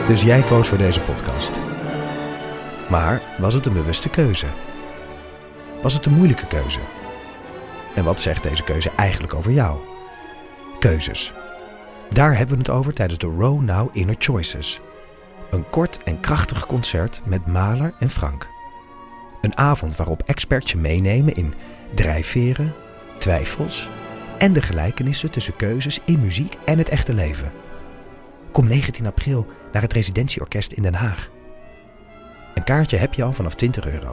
Dus jij koos voor deze podcast. Maar was het een bewuste keuze? Was het een moeilijke keuze? En wat zegt deze keuze eigenlijk over jou? Keuzes. Daar hebben we het over tijdens de Row Now Inner Choices. Een kort en krachtig concert met Mahler en Frank. Een avond waarop experts je meenemen in drijfveren, twijfels en de gelijkenissen tussen keuzes in muziek en het echte leven. Kom 19 april naar het Residentieorkest in Den Haag. Een kaartje heb je al vanaf €20.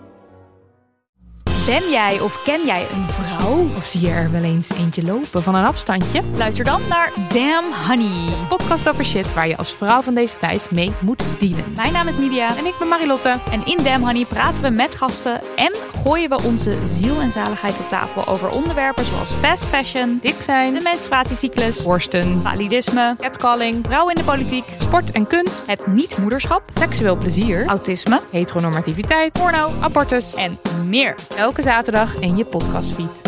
Ben jij of ken jij een vrouw? Of zie je er wel eens eentje lopen van een afstandje? Luister dan naar Damn Honey. Een podcast over shit waar je als vrouw van deze tijd mee moet dealen. Mijn naam is Nidia. En ik ben Marilotte. En in Damn Honey praten we met gasten en gooien we onze ziel en zaligheid op tafel over onderwerpen zoals fast fashion, Dik zijn, de menstruatiecyclus, borsten, validisme, catcalling, vrouwen in de politiek, sport en kunst, het niet-moederschap, seksueel plezier, autisme, heteronormativiteit, porno, abortus en meer. Elke zaterdag in je podcastfeed.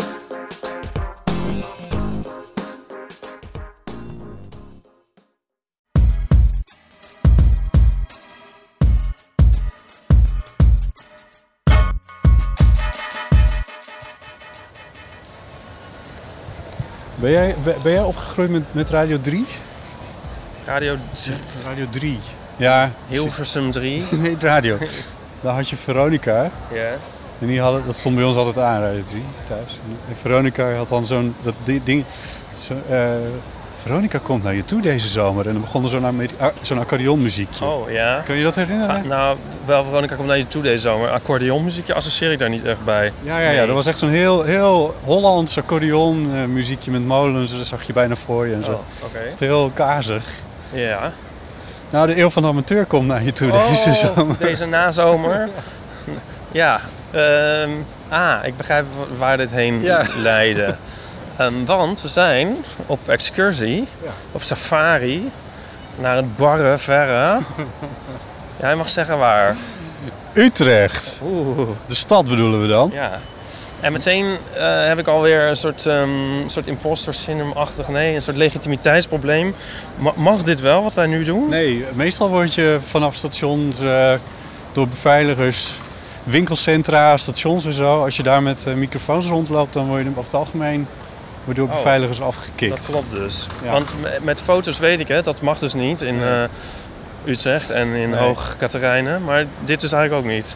Ben jij opgegroeid met Radio 3? Radio Radio 3. Ja. Hilversum 3. Nee, radio. Daar had je Veronica. Ja. En dat stond bij ons altijd aan, Radio 3, thuis. En Veronica had dan zo'n ding. Veronica komt naar je toe deze zomer. En dan begon er zo'n accordeonmuziekje. Oh, ja. Kun je dat herinneren? Nou, wel Veronica komt naar je toe deze zomer. Accordeonmuziekje associeer ik daar niet echt bij. Ja. Dat was echt zo'n heel Hollands accordeonmuziekje met molens. Dat zag je bijna voor je en zo. Oh, oké. Echt heel kazig. Ja. Nou, de Eeuw van de Amateur komt naar je toe deze zomer. Deze nazomer. Ja. Ik begrijp waar dit heen leidde. Want we zijn op excursie, op safari, naar het barre verre. Jij mag zeggen waar. Utrecht. De stad bedoelen we dan. Ja. En meteen heb ik alweer een soort imposter syndrome-achtig, een soort legitimiteitsprobleem. Mag dit wel, wat wij nu doen? Nee, meestal word je vanaf stations door beveiligers, winkelcentra, stations en zo. Als je daar met microfoons rondloopt, dan word je over het algemeen door beveiligers afgekikt. Dat klopt dus. Ja. Want met foto's weet ik het, dat mag dus niet in Utrecht en in Hoog Catharijnen. Maar dit is eigenlijk ook niet.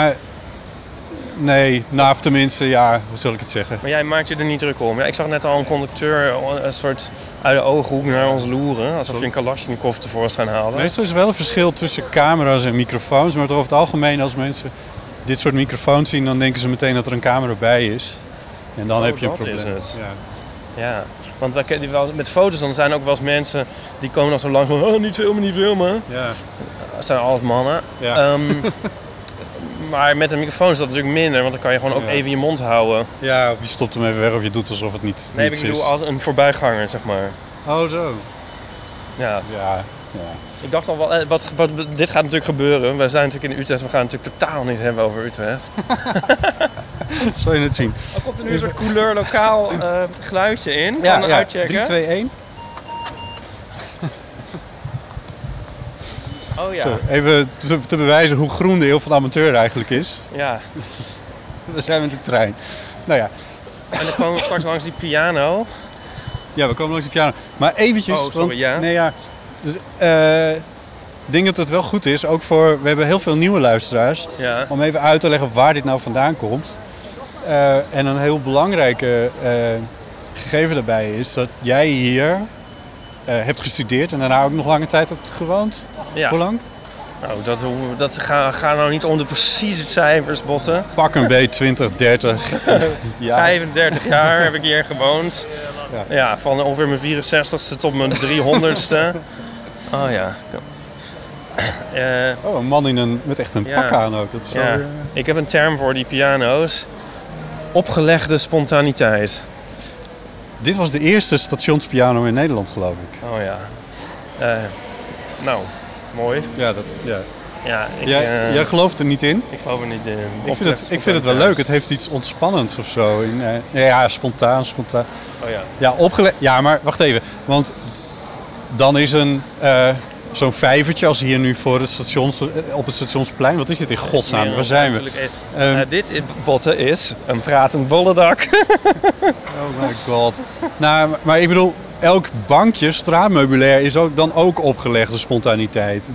Of tenminste, ja, hoe zal ik het zeggen? Maar jij maakt je er niet druk om. Ja, ik zag net al een conducteur een soort uit de ooghoek naar ons loeren. Alsof je een Kalashnikov tevoorschijn haalde. Meestal is er wel een verschil tussen camera's en microfoons. Maar over het algemeen, als mensen dit soort microfoons zien, dan denken ze meteen dat er een camera bij is. En dan heb je een probleem. Dat is het. Ja. Want met foto's dan zijn ook wel eens mensen die komen nog zo langs van niet filmen. Ja. Dat zijn altijd mannen. Ja. Maar met een microfoon is dat natuurlijk minder, want dan kan je gewoon ook even je mond houden. Ja, of je stopt hem even weg of je doet alsof het niet Nee, niets ik bedoel is. als een voorbijganger, zeg maar. Oh, zo. Ja. Ja. Ik dacht al wel, dit gaat natuurlijk gebeuren. Wij zijn natuurlijk in Utrecht, we gaan het natuurlijk totaal niet hebben over Utrecht. Zal je het zien? Er komt er nu een soort couleur lokaal geluidje in. Ja, uitchecken. 3, 2, 1. Oh ja. Zo, even te bewijzen hoe groen de Eeuw van de Amateur eigenlijk is. Ja. Dan zijn we met de trein. Nou ja. En dan komen we straks langs die piano. Ja, we komen langs de piano. Maar eventjes. Oh, sorry, want, ja. Nee, ja. Dus, ik denk dat het wel goed is, ook voor... We hebben heel veel nieuwe luisteraars. Ja. Om even uit te leggen waar dit nou vandaan komt. En een heel belangrijke gegeven daarbij is dat jij hier hebt gestudeerd en daarna ook nog lange tijd hebt gewoond. Ja. Hoe lang? Nou, ga nou niet om de precieze cijfers botten. Pak een beetje 20, 30 jaar. 35 jaar heb ik hier gewoond. Ja, van ongeveer mijn 64ste tot mijn 300ste. Oh ja. Een man met echt een pak aan ook. Dat is wel, Ik heb een term voor die piano's. Opgelegde spontaniteit. Dit was de eerste stationspiano in Nederland, geloof ik. Oh ja. Nou, mooi. Ja, Ja, jij gelooft er niet in? Ik geloof er niet in. Ik vind het wel leuk. Het heeft iets ontspannends of zo. Spontaan. Oh ja. Ja, maar wacht even. Want dan is een zo'n vijvertje als hier nu voor het op het stationsplein. Wat is dit in godsnaam? Waar zijn we? Dit in Botten is een pratend bollendak. Oh my god. Nou, maar ik bedoel, elk bankje, straatmeubilair, is ook opgelegd door spontaniteit.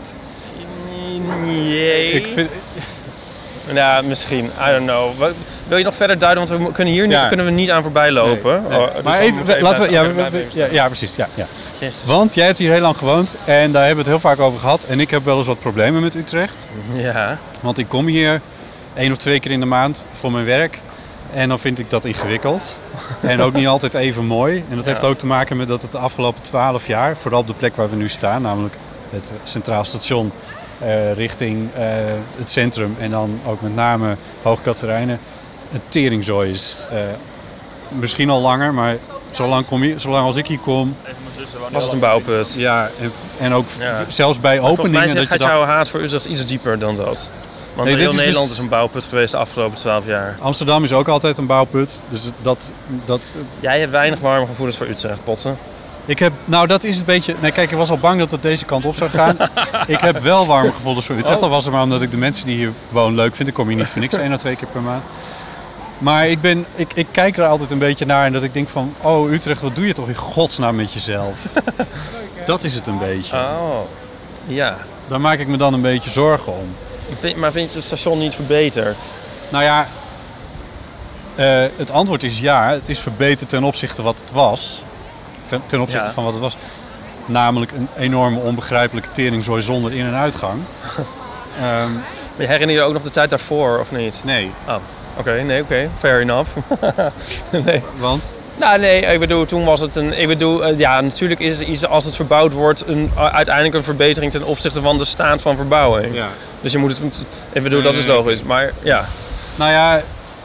Ik vind... Ja, misschien. I don't know. Wil je nog verder duiden? Want we kunnen hier kunnen we niet aan voorbij lopen. Nee. Dus maar even, laten we... Ja, precies. Ja. Want jij hebt hier heel lang gewoond en daar hebben we het heel vaak over gehad. En ik heb wel eens wat problemen met Utrecht. Ja. Want ik kom hier 1 of 2 keer in de maand voor mijn werk. En dan vind ik dat ingewikkeld. En ook niet altijd even mooi. En dat heeft ook te maken met dat het de afgelopen 12 jaar, vooral op de plek waar we nu staan, namelijk het Centraal Station, richting het centrum en dan ook met name Hoog Catharijne, een teringzooi is. Misschien al langer, maar zolang als ik hier kom, was het een bouwput. Ja, en ook zelfs bij openingen. Volgens mij gaat jouw haat voor Utrecht iets dieper dan dat. Want heel Nederland is een bouwput geweest de afgelopen 12 jaar. Amsterdam is ook altijd een bouwput. Dus dat... Jij hebt weinig warme gevoelens voor Utrecht, Potten. Dat is een beetje... Nee, kijk, ik was al bang dat het deze kant op zou gaan. Ik heb wel warme gevoelens voor Utrecht. Al was het maar omdat ik de mensen die hier wonen leuk vind. Ik kom hier niet voor niks 1 of 2 keer per maand. Maar ik kijk er altijd een beetje naar en dat ik denk van... Oh, Utrecht, wat doe je toch in godsnaam met jezelf? Dat is het een beetje. Oh, ja. Daar maak ik me dan een beetje zorgen om. Maar vind je het station niet verbeterd? Nou ja, het antwoord is ja. Het is verbeterd ten opzichte wat het was. Ten opzichte van wat het was. Namelijk een enorme onbegrijpelijke teringzooi zonder in- en uitgang. Maar je herinner je ook nog de tijd daarvoor, of niet? Nee. Oh, oké. Fair enough. Nee. Want? Nou nee, ik bedoel, toen was het natuurlijk is iets als het verbouwd wordt uiteindelijk een verbetering ten opzichte van de staat van verbouwing. Ja. Dus je moet het, ik bedoel, dat is logisch, maar ja. Nou ja,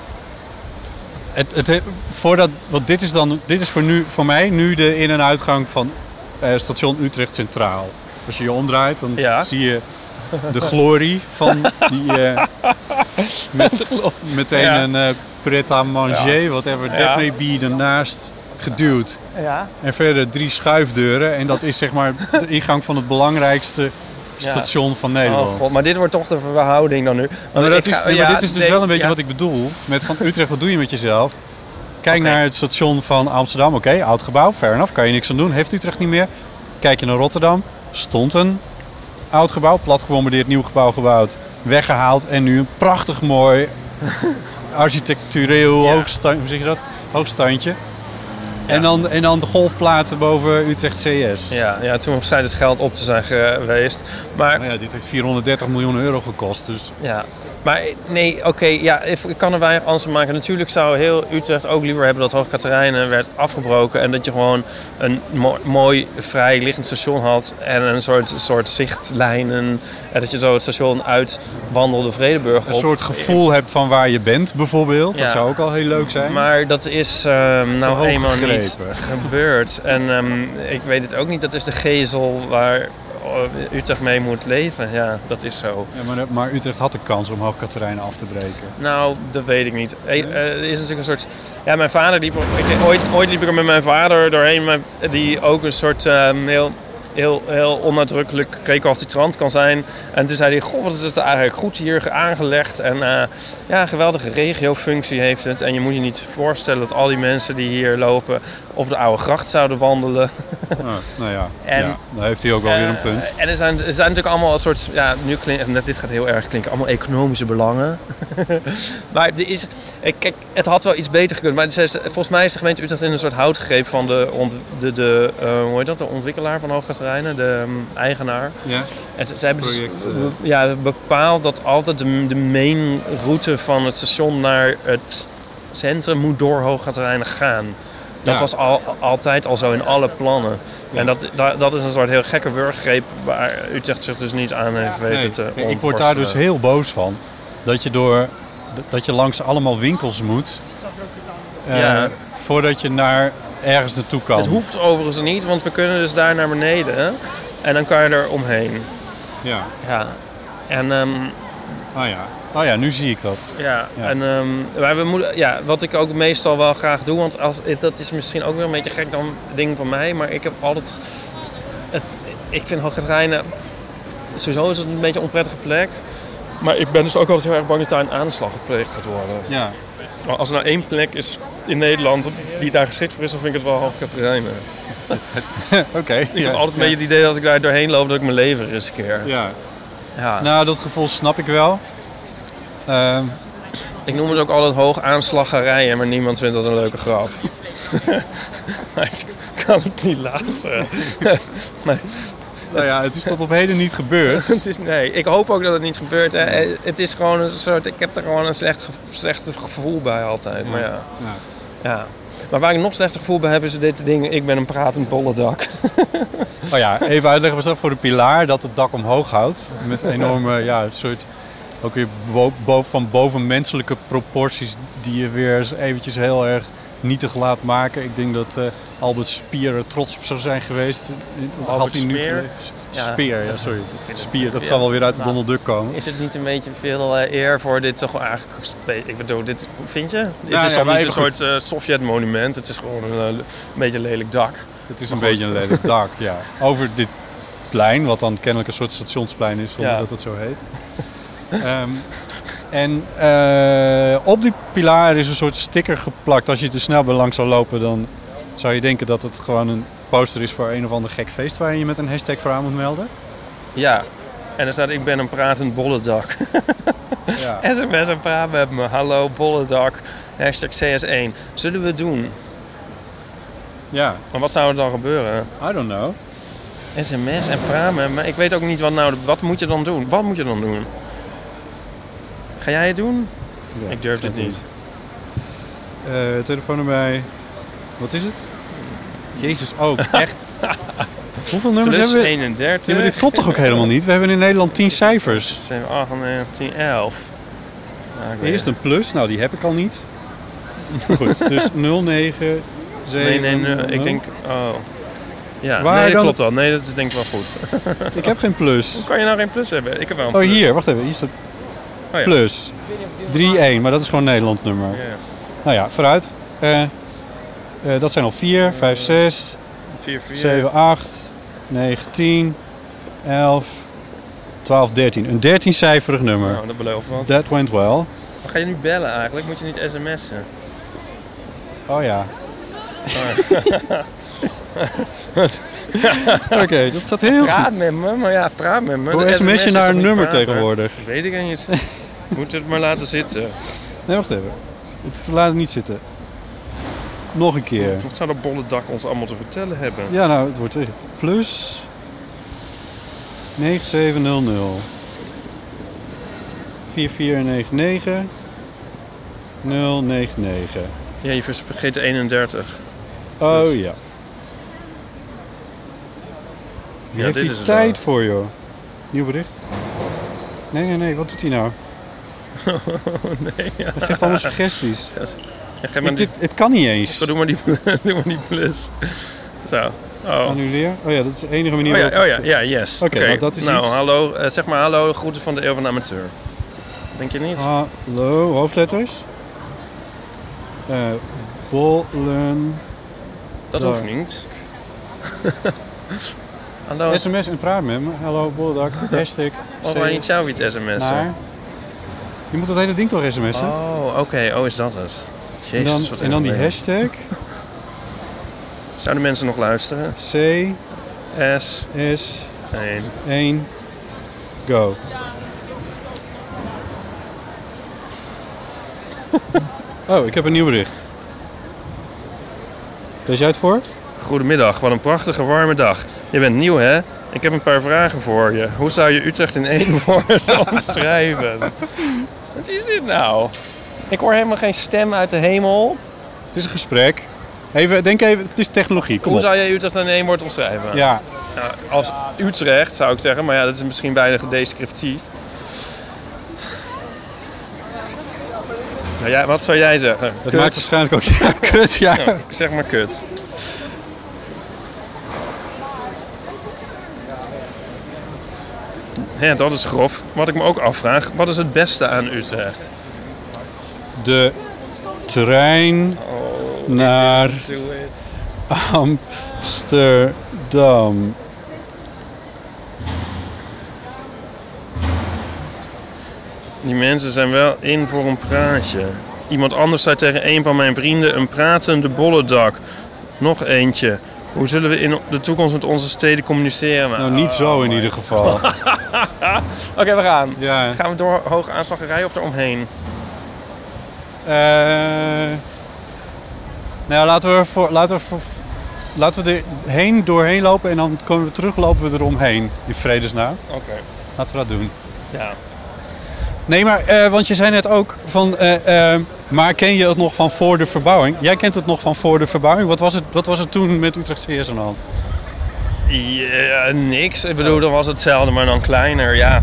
want dit is voor mij nu de in- en uitgang van station Utrecht Centraal. Als je je omdraait, dan zie je de glorie van die meteen een pret-à-manger, whatever that may be, ernaast geduwd. Ja. En verder 3 schuifdeuren en dat is zeg maar de ingang van het belangrijkste station van Nederland. Oh God, maar dit wordt toch de verhouding dan nu. Maar dit is dus wel een beetje wat ik bedoel. Met van Utrecht, wat doe je met jezelf? Kijk naar het station van Amsterdam. Oké, oud gebouw, fair enough, kan je niks aan doen. Heeft Utrecht niet meer. Kijk je naar Rotterdam, stond een oud gebouw, plat gebombardeerd, nieuw gebouw gebouwd, weggehaald en nu een prachtig mooi architectureel hoogstandje. Ja. En dan de golfplaten boven Utrecht CS. Ja, toen schijnt het geld op te zijn geweest. Maar dit heeft 430 miljoen euro gekost. Dus. Ja, maar nee, ik kan er weinig anders van maken. Natuurlijk zou heel Utrecht ook liever hebben dat Hoog Catharijne werd afgebroken. En dat je gewoon een mooi, vrij liggend station had. En een soort zichtlijnen. En dat je zo het station uitwandelde Vredenburg op. Een soort gevoel hebt van waar je bent, bijvoorbeeld. Ja. Dat zou ook al heel leuk zijn. Maar dat is eenmaal niet gebeurd. En ik weet het ook niet. Dat is de gezel waar Utrecht mee moet leven. Ja, dat is zo. Ja, maar Utrecht had de kans om Hoog Catharijne af te breken. Nou, dat weet ik niet. Er is natuurlijk een soort... Ja, mijn vader liep... Ooit liep ik er met mijn vader doorheen. Die ook een soort heel onnadrukkelijk recalcitrant kan zijn. En toen zei hij, goh, wat is het eigenlijk goed hier aangelegd. En een geweldige regiofunctie heeft het. En je moet je niet voorstellen dat al die mensen die hier lopen op de Oude Gracht zouden wandelen. Dan heeft hij ook wel weer een punt. En er zijn natuurlijk allemaal een soort... Ja, dit gaat heel erg klinken. Allemaal economische belangen. Maar kijk, het had wel iets beter gekund. Maar volgens mij is de gemeente Utrecht in een soort hout gegrepen van de ontwikkelaar van Hoog Catharijne, de eigenaar. Ja. En ze hebben bepaald dat altijd de main route van het station naar het centrum moet door Hoog Catharijne gaan. Dat was altijd al zo in alle plannen. Ja. En dat is een soort heel gekke wurggreep waar Utrecht zich dus niet aan heeft weten te ontworstelen. Ik word daar dus heel boos van. Dat je langs allemaal winkels moet. Voordat je naar ergens naartoe kan. Het hoeft overigens niet, want we kunnen dus daar naar beneden. En dan kan je er omheen. Ja. En... nu zie ik dat. En maar we moeten, wat ik ook meestal wel graag doe, want dat is misschien ook weer een beetje gek dan ding van mij, maar ik heb altijd ik vind Hoogkaterijnen... Sowieso is het een beetje een onprettige plek. Maar ik ben dus ook altijd heel erg bang dat daar een aanslag gepleegd gaat worden. Ja. Maar als er nou één plek is in Nederland die daar geschikt voor is, dan vind ik het wel Hoogkaterijnen. Oké. Ik heb altijd een beetje het idee dat ik daar doorheen loop dat ik mijn leven riskeer. Ja. Ja. Nou, dat gevoel snap ik wel. Ik noem het ook altijd hoog aanslaggerijen, maar niemand vindt dat een leuke grap. Maar ik kan het niet laten. Maar Nou ja, het is tot op heden niet gebeurd. nee, ik hoop ook dat het niet gebeurt. Hè. Het is gewoon een soort... Ik heb er gewoon een slecht gevoel bij altijd. Ja. Maar ja. Maar waar ik nog slechter gevoel bij heb is dit ding... Ik ben een pratend bollendak. Oh ja, even uitleggen. We staan voor de pilaar dat het dak omhoog houdt. Met enorme, soort... Ook weer van bovenmenselijke proporties die je weer eens eventjes heel erg nietig laat maken. Ik denk dat Albert Speer er trots op zou zijn geweest. Albert hij nu Speer? Speer, ja, sorry. Speer, dat ja, zal wel weer uit de Donald Duck komen. Is het niet een beetje veel eer voor dit toch eigenlijk... Ik bedoel, dit vind je? Het is toch maar niet een even soort Sovjet-monument? Het is gewoon een beetje lelijk dak. Het is een beetje een lelijk dak, ja. Over dit plein, wat dan kennelijk een soort stationsplein is, zonder dat het zo heet. Op die pilaar is een soort sticker geplakt. Als je te snel bij langs zou lopen, dan zou je denken dat het gewoon een poster is voor een of ander gek feest waar je met een hashtag voor aan moet melden. Ja, en er staat: ik ben een pratend bollendak. Ja. SMS en praat met me. Hallo bollendak. Hashtag CS1. Zullen we het doen? Ja. Maar wat zou er dan gebeuren? I don't know. SMS en praat met me. Ik weet ook niet wat moet je dan doen? Wat moet je dan doen? Ga jij het doen? Ja, Ik durf dit niet. Telefoonnummer bij... Wat is het? Jezus, ook echt. Hoeveel nummers Plus hebben we? 31. Ja, maar dit klopt toch ook helemaal niet? We hebben in Nederland 10 cijfers. 7, 8, 9, 10, 11. Eerst een plus, nou die heb ik al niet. Goed, dus 09, 7... Nee, ik denk... Oh. Ja, Waar nee, dat dan? klopt wel. Nee, dat is denk ik wel goed. Ik heb geen plus. Hoe kan je nou geen plus hebben? Ik heb wel een Oh, plus. hier, wacht even. Hier staat Oh, ja. plus. 3-1, maar dat is gewoon Nederlands nummer. Ja. Nou ja, vooruit. Dat zijn al 4, 5, 6, 4, 4. 7, 8, 9, 10, 11, 12, 13. Een 13-cijferig nummer. Nou, dat belooft wat. That went well. Maar ga je nu bellen eigenlijk? Moet je niet sms'en? Oh ja. Oké, dat gaat heel Praat goed. met me, maar ja, praat met me. Hoe De sms je is naar toch een niet nummer praten? tegenwoordig? Weet ik niet. Moet het maar laten zitten. Nee, wacht even. Laat het niet zitten. Nog een keer. Wat zou dat bolle dak ons allemaal te vertellen hebben? Ja, nou, het wordt weer plus 9700 4499 099. Ja, je vergeet de 31. Oh Dus. ja. Wie Ja, heeft dit hier is het tijd wel. voor, joh? Nieuw bericht? Nee, wat doet hij nou? Nee, ja. Hij geeft allemaal suggesties. Ja, geef maar die, Het kan niet eens. doe maar die plus. Zo. Oh. Annuleer? Oh ja, dat is de enige manier. Ja, yes. Oké, nou, dat is nou, iets. hallo, zeg maar hallo, groeten van de Eeuw van de Amateur. Denk je niet? Hallo, hoofdletters. Bollen. Dat ja. hoeft niet. Hallo, SMS en praat met me. Hallo, bollendak. Hashtag. of wij niet zelf iets sms'en? Naar. Je moet dat hele ding toch sms'en? Oh, oké. Oh, is dat het? en Jezus, dan, en dan die hashtag. Zouden mensen nog luisteren? C, S, S, 1. 1, go. Oh, ik heb een nieuw bericht. Lees jij het voor? Goedemiddag, wat een prachtige warme dag. Je bent nieuw, hè? Ik heb een paar vragen voor je. Hoe zou je Utrecht in 1 woord omschrijven? Wat is dit nou? Ik hoor helemaal geen stem uit de hemel. Het is een gesprek. Denk even, het is technologie. Kom Hoe op. zou jij Utrecht in 1 woord omschrijven? Ja, Nou, als Utrecht zou ik zeggen, maar ja, dat is misschien bijna descriptief. Nou ja, wat zou jij zeggen? het Kut? maakt waarschijnlijk ook... Ja, kut, ja. Ja, zeg maar kut. Ja, dat is grof. Wat ik me ook afvraag, wat is het beste aan Utrecht? De trein Oh, naar do it. Amsterdam. Die mensen zijn wel in voor een praatje. Iemand anders zei tegen een van mijn vrienden... een pratende bollendak. Nog eentje. Hoe zullen we in de toekomst met onze steden communiceren? Nou, niet zo in ieder geval. Oké, we gaan. Ja. Gaan we door hoge aanslagerij of eromheen? Nou, laten we er doorheen lopen en dan komen we terug, lopen we eromheen. In vredesnaam. Oké. Laten we dat doen. Ja. Nee, maar want je zei net ook van... maar ken je het nog van voor de verbouwing? Jij kent het nog van voor de verbouwing. Wat was het toen met Utrecht CS aan de hand? Ja, niks. Ik bedoel, dan was het hetzelfde, maar dan kleiner, ja.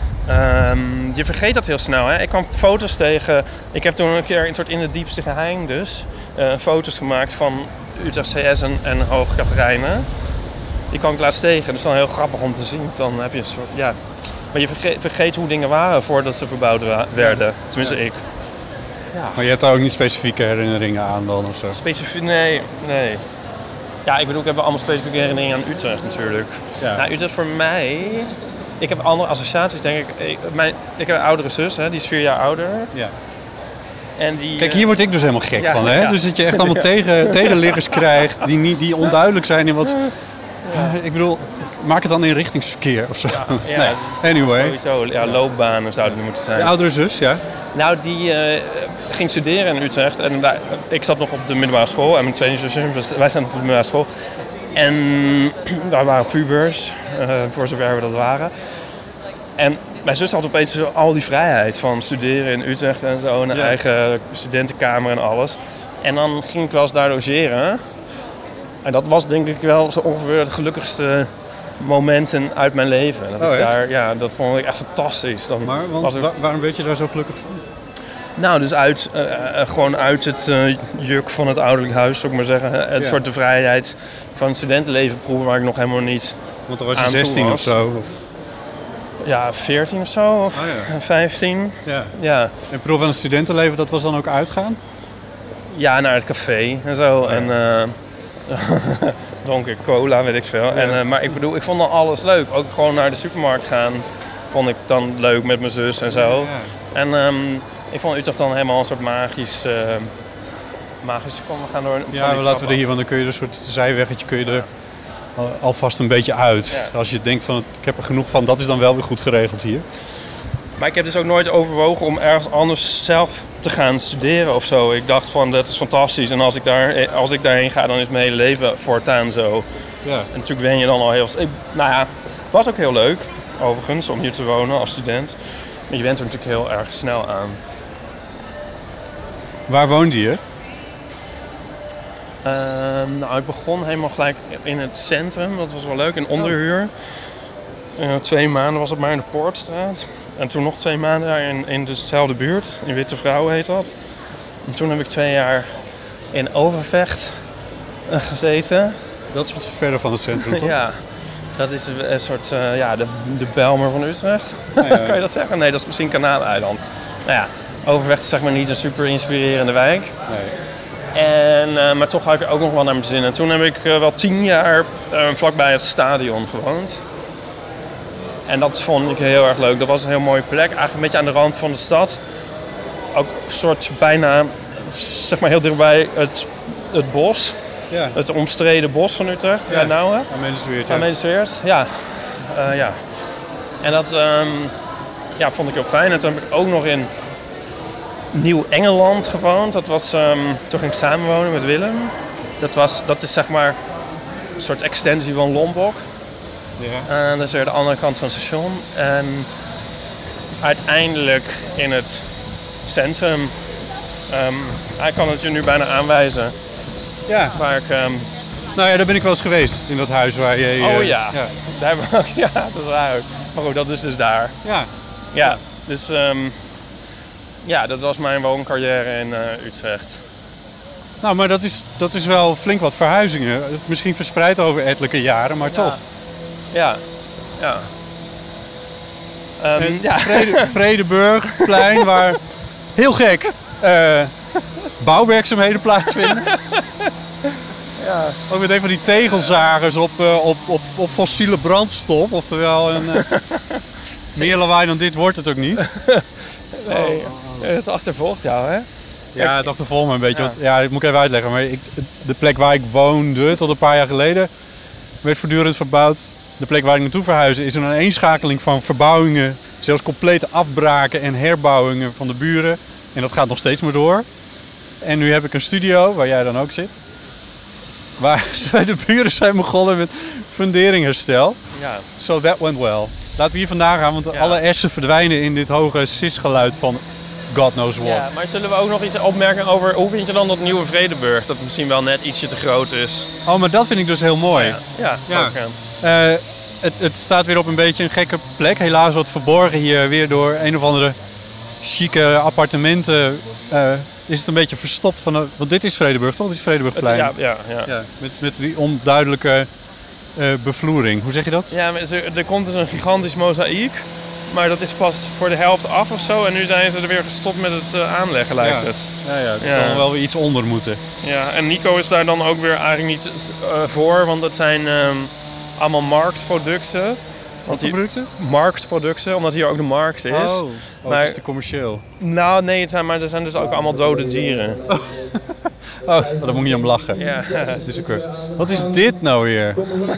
Je vergeet dat heel snel, hè. Ik kwam foto's tegen... Ik heb toen een keer in het diepste geheim dus... foto's gemaakt van Utrecht CS en Hoge Catharijnen. Die kwam ik laatst tegen. Dat is dan heel grappig om te zien. Dan heb je een soort... Ja. Maar je vergeet hoe dingen waren voordat ze verbouwd werden. Tenminste, ik. Ja. Maar je hebt daar ook niet specifieke herinneringen aan dan of zo? Specifiek? Nee. Ja, ik bedoel, ik heb wel allemaal specifieke herinneringen aan Utrecht natuurlijk. Ja. Nou, Utrecht voor mij... Ik heb andere associaties, denk ik. Ik heb een oudere zus, hè, die is 4 jaar ouder. Ja. En die, Kijk, hier word ik dus helemaal gek van, hè? Ja. Dus dat je echt allemaal tegenliggers krijgt die onduidelijk zijn in wat... ik bedoel, maak het dan inrichtingsverkeer of zo. Ja, nee. Anyway. Sowieso, ja, loopbanen zouden er moeten zijn. Je oudere zus, ja? Nou, die ging studeren in Utrecht. En ik zat nog op de middelbare school. En mijn tweede zusje, wij zijn op de middelbare school. En wij waren pubers, voor zover we dat waren. En mijn zus had opeens al die vrijheid van studeren in Utrecht en zo. En een eigen studentenkamer en alles. En dan ging ik wel eens daar logeren. En dat was denk ik wel zo ongeveer het gelukkigste momenten uit mijn leven. Dat vond ik echt fantastisch. Waarom werd je daar zo gelukkig van? Nou, dus gewoon uit het juk van het ouderlijk huis, zou ik maar zeggen. Het soort de vrijheid van het studentenleven proeven waar ik nog helemaal niet. Want dan was je 16 of zo? Of? Ja, 14 of zo, of 15. Ja. En proeven van het studentenleven, dat was dan ook uitgaan? Ja, naar het café en zo. Ja. En dronk ik cola, weet ik veel. Ja. Maar ik bedoel, ik vond dan alles leuk. Ook gewoon naar de supermarkt gaan vond ik dan leuk met mijn zus en zo. Ja. En ik vond Utrecht dan helemaal een soort magisch... Kom, we gaan door... Ja, laten we er hier, want dan kun je een soort zijweggetje kun je er alvast een beetje uit. Ja. Als je denkt van, ik heb er genoeg van, dat is dan wel weer goed geregeld hier. Maar ik heb dus ook nooit overwogen om ergens anders zelf te gaan studeren of zo. Ik dacht van, dat is fantastisch. En als ik daarheen ga, dan is mijn hele leven voortaan zo. Ja. En natuurlijk wen je dan al heel... het was ook heel leuk, overigens, om hier te wonen als student. Maar je bent er natuurlijk heel erg snel aan. Waar woonde je? Ik begon helemaal gelijk in het centrum. Dat was wel leuk, in onderhuur. 2 maanden was het maar in de Poortstraat. En toen nog 2 maanden daar in dezelfde buurt. In Witte Vrouw heet dat. En toen heb ik 2 jaar in Overvecht gezeten. Dat is wat verder van het centrum, toch? Ja, dat is een soort de Bijlmer van Utrecht. Ja. Kan je dat zeggen? Nee, dat is misschien Kanaaleiland. Nou ja, Overvecht is zeg maar niet een super inspirerende wijk. Nee. Maar toch had ik er ook nog wel naar mijn zin. En toen heb ik wel 10 jaar vlakbij het stadion gewoond. En dat vond ik heel erg leuk. Dat was een heel mooie plek. Eigenlijk een beetje aan de rand van de stad. Ook een soort bijna, zeg maar heel dichtbij het bos. Ja. Het omstreden bos van Utrecht. Ja. Rijnauwen. Amelisweert, ja. Ja. En dat vond ik heel fijn. En toen heb ik ook nog in Nieuw-Engeland gewoond. Dat was, toen ging ik samenwonen met Willem. Dat is zeg maar een soort extensie van Lombok. Ja. Dat is weer de andere kant van het station. En uiteindelijk in het centrum. Hij kan het je nu bijna aanwijzen. Ja. Waar ik, nou ja, daar ben ik wel eens geweest. In dat huis waar je... ja. Daar hebben we ook. Ja, dat is waar. Maar goed, dat is dus daar. Ja. Ja, dus... dat was mijn wooncarrière in Utrecht. Nou, maar dat is wel flink wat verhuizingen. Misschien verspreid over ettelijke jaren, maar toch. Ja. Vredenburgplein, waar heel gek bouwwerkzaamheden plaatsvinden. Ja. Ook met een van die tegelzagers op fossiele brandstof. Oftewel, meer lawaai dan dit wordt het ook niet. Nee, het achtervolgt jou, hè? Ja, het achtervolgt me een beetje. Want, dat moet ik even uitleggen. Maar de plek waar ik woonde tot een paar jaar geleden werd voortdurend verbouwd. De plek waar ik naartoe verhuisde is een aaneenschakeling van verbouwingen. Zelfs complete afbraken en herbouwingen van de buren. En dat gaat nog steeds maar door. En nu heb ik een studio, waar jij dan ook zit. Waar de buren zijn begonnen met funderingsherstel. Ja. So that went well. Laten we hier vandaan gaan, want alle essen verdwijnen in dit hoge sisgeluid van God knows what. Ja, maar zullen we ook nog iets opmerken over... Hoe vind je dan dat nieuwe Vredenburg? Dat misschien wel net ietsje te groot is. Oh, maar dat vind ik dus heel mooi. Ja. Het staat weer op een beetje een gekke plek. Helaas wat verborgen hier weer door een of andere chique appartementen. Is het een beetje verstopt van... Want dit is Vredenburg, toch? Dit is Vredenburgplein. Ja. Met die onduidelijke bevloering. Hoe zeg je dat? Ja, er komt dus een gigantisch mozaïek. Maar dat is pas voor de helft af of zo. En nu zijn ze er weer gestopt met het aanleggen, lijkt het. Er zal wel weer iets onder moeten. Ja, en Nico is daar dan ook weer eigenlijk niet voor. Want dat zijn allemaal marktproducten. Wat voor producten? Marktproducten, omdat hier ook de markt is. Maar, het is te commercieel. Nou, nee, er zijn dus ook allemaal dode dieren. Daar moet ik niet aan lachen. Ja. Het is ook wat is dit nou weer?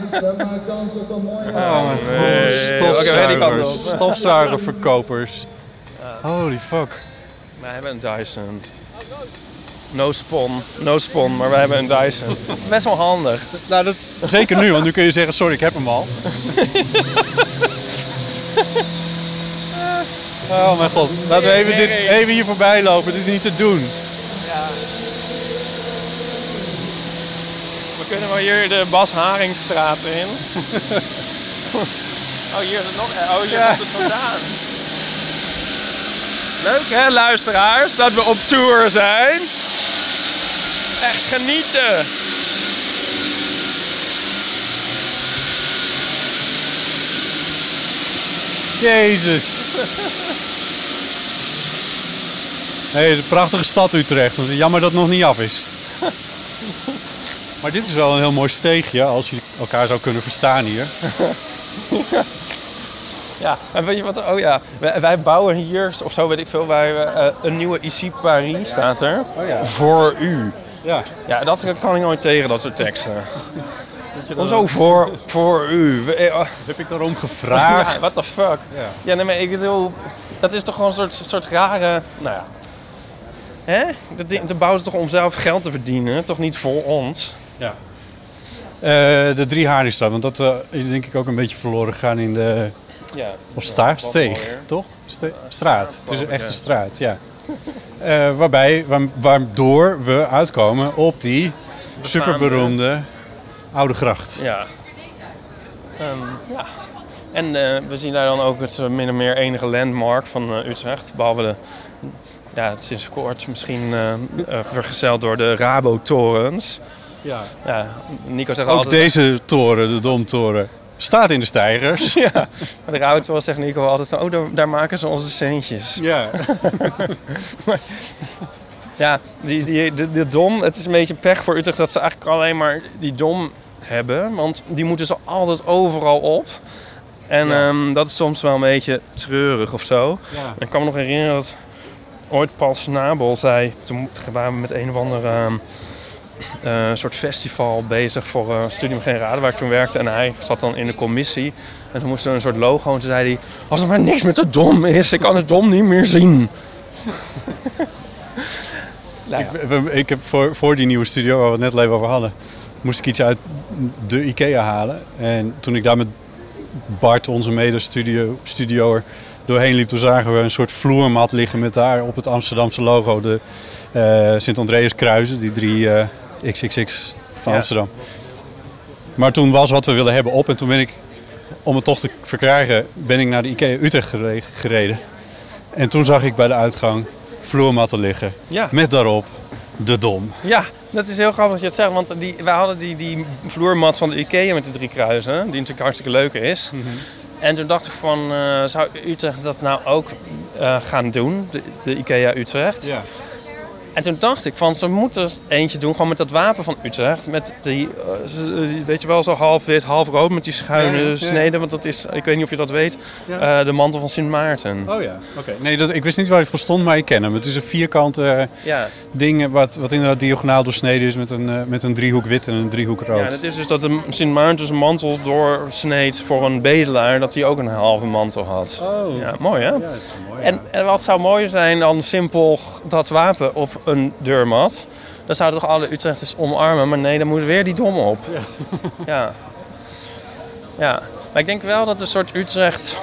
Stofzuigers. Stofzuigerverkopers. Holy fuck. Wij hebben een Dyson. No spon, maar wij hebben een Dyson. Het is best wel handig. Nou, zeker nu, want nu kun je zeggen, sorry, ik heb hem al. Oh mijn god, laten we even hier voorbij lopen, dit is niet te doen. Ja. We kunnen wel hier de Bas Haringstraat in. Hier is het nog. Hier komt het vandaan. Leuk hè, luisteraars, dat we op tour zijn. Echt genieten. Jezus. Nee, het is een prachtige stad Utrecht. Jammer dat het nog niet af is. Maar dit is wel een heel mooi steegje, als je elkaar zou kunnen verstaan hier. Ja, en weet je wat? Oh ja, wij bouwen hier, of zo weet ik veel, een nieuwe Ici Paris staat er. Oh ja. Voor u. Ja. Ja, dat kan ik nooit tegen, dat soort teksten. Hoezo voor u? Heb ik daarom gevraagd? Ja, what the fuck? Ja, nee, maar ik bedoel, dat is toch gewoon een soort rare, nou ja. Hè? Dat bouwen ze toch om zelf geld te verdienen, toch niet voor ons? Ja. De 3 Haringstraat, want dat is denk ik ook een beetje verloren gegaan in de... Ja. Of steeg, toch? Straat. Het is echt een straat, ja. Waardoor we uitkomen op die superberoemde Oude Gracht. Ja. En we zien daar dan ook het min of meer enige landmark van Utrecht. Behalve sinds kort misschien vergezeld door de Rabotorens. Ja. Nico zegt ook altijd... deze toren, de Domtoren, staat in de steigers. Ja, maar de Rabotorens zegt Nico altijd van... daar maken ze onze centjes. Ja. Ja, de Dom, het is een beetje pech voor Utrecht dat ze eigenlijk alleen maar die Dom hebben. Want die moeten ze altijd overal op. En dat is soms wel een beetje treurig of zo. Ja. Ik kan me nog herinneren dat ooit Paul Snabel zei... Toen waren we met een of andere soort festival bezig voor Studium Geen Raden, waar ik toen werkte. En hij zat dan in de commissie. En toen moest er een soort logo. En toen zei hij, als er maar niks met de Dom is, ik kan de Dom niet meer zien. Ik heb voor die nieuwe studio, waar we het net even over hadden, moest ik iets uit de IKEA halen. En toen ik daar met Bart, onze mede-studioer, doorheen liep, toen zagen we een soort vloermat liggen met daar op het Amsterdamse logo de Sint-Andreas kruisen, die 3 XXX van Amsterdam. Maar toen was wat we willen hebben op en toen ben ik, om het toch te verkrijgen, ben ik naar de IKEA Utrecht gereden. En toen zag ik bij de uitgang vloermatten liggen. Ja. Met daarop de Dom. Ja, dat is heel grappig dat je het zegt. Want wij hadden die vloermat van de IKEA met de 3 kruisen. Die natuurlijk hartstikke leuk is. Mm-hmm. En toen dacht ik van, zou Utrecht dat nou ook gaan doen? De IKEA Utrecht. Ja. En toen dacht ik van, ze moeten eentje doen gewoon met dat wapen van Utrecht. Met die, weet je wel, zo half wit, half rood met die schuine sneden. Want dat is, ik weet niet of je dat weet, de mantel van Sint Maarten. Oh ja, oké. Nee, ik wist niet waar het voor stond, maar ik ken hem. Het is een vierkante ding wat inderdaad diagonaal doorsneden is met een driehoek wit en een driehoek rood. Ja, dat is dus dat de Sint Maarten zijn mantel doorsneed voor een bedelaar, dat hij ook een halve mantel had. Oh. Ja, mooi hè? Ja, dat is mooi. En wat zou mooier zijn dan simpel dat wapen op een deurmat? Dan zouden toch alle Utrechters omarmen, maar nee, dan moet weer die dom op. Ja. Maar ik denk wel dat een soort Utrecht...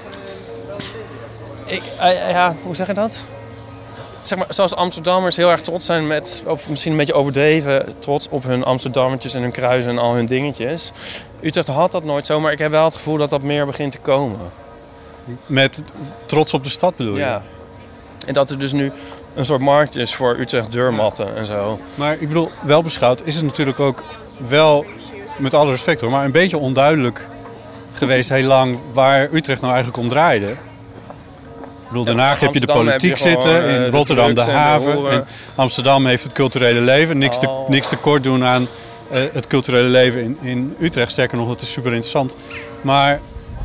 hoe zeg je dat? Zeg maar, zoals Amsterdammers heel erg trots zijn of misschien een beetje overdreven trots op hun Amsterdammertjes en hun kruisen en al hun dingetjes. Utrecht had dat nooit zo, maar ik heb wel het gevoel dat dat meer begint te komen. Met trots op de stad bedoel je? Ja. En dat er dus nu een soort markt is voor Utrecht deurmatten en zo. Maar ik bedoel, wel beschouwd is het natuurlijk ook wel, met alle respect hoor, maar een beetje onduidelijk geweest heel lang waar Utrecht nou eigenlijk om draaide. Ik bedoel, Den Haag heb je de politiek zitten, in Rotterdam de haven. In Amsterdam heeft het culturele leven. Niks tekort doen aan het culturele leven in Utrecht. Sterker nog, dat is super interessant. Maar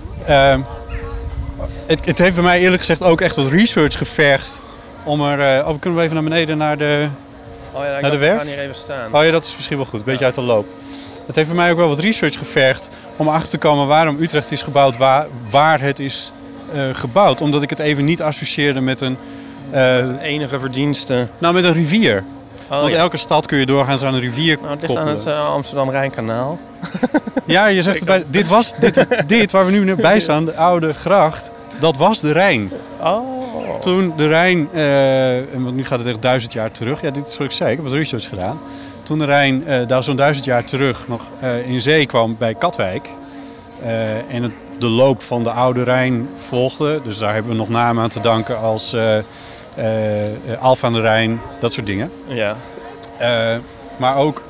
het heeft bij mij eerlijk gezegd ook echt wat research gevergd. Kunnen we even naar beneden naar de werf? We gaan hier even staan. Oh ja, dat is misschien wel goed. Een beetje uit de loop. Het heeft bij mij ook wel wat research gevergd om achter te komen waarom Utrecht is gebouwd, waar het is gebouwd. Omdat ik het even niet associeerde met een... enige verdienste. Nou, met een rivier. Want elke stad kun je doorgaans aan een rivier koppelen. Het ligt aan het Amsterdam-Rijnkanaal. Ja, je zegt erbij, dit waar we nu bij staan, de oude gracht, dat was de Rijn. Oh. Toen de Rijn, want nu gaat het echt 1000 jaar terug. Ja, dit is wat ik zei, ik heb wat research gedaan. Toen de Rijn zo'n 1000 jaar terug nog in zee kwam bij Katwijk en de loop van de oude Rijn volgde. Dus daar hebben we nog namen aan te danken als Alphen aan de Rijn, dat soort dingen. Ja. Maar ook...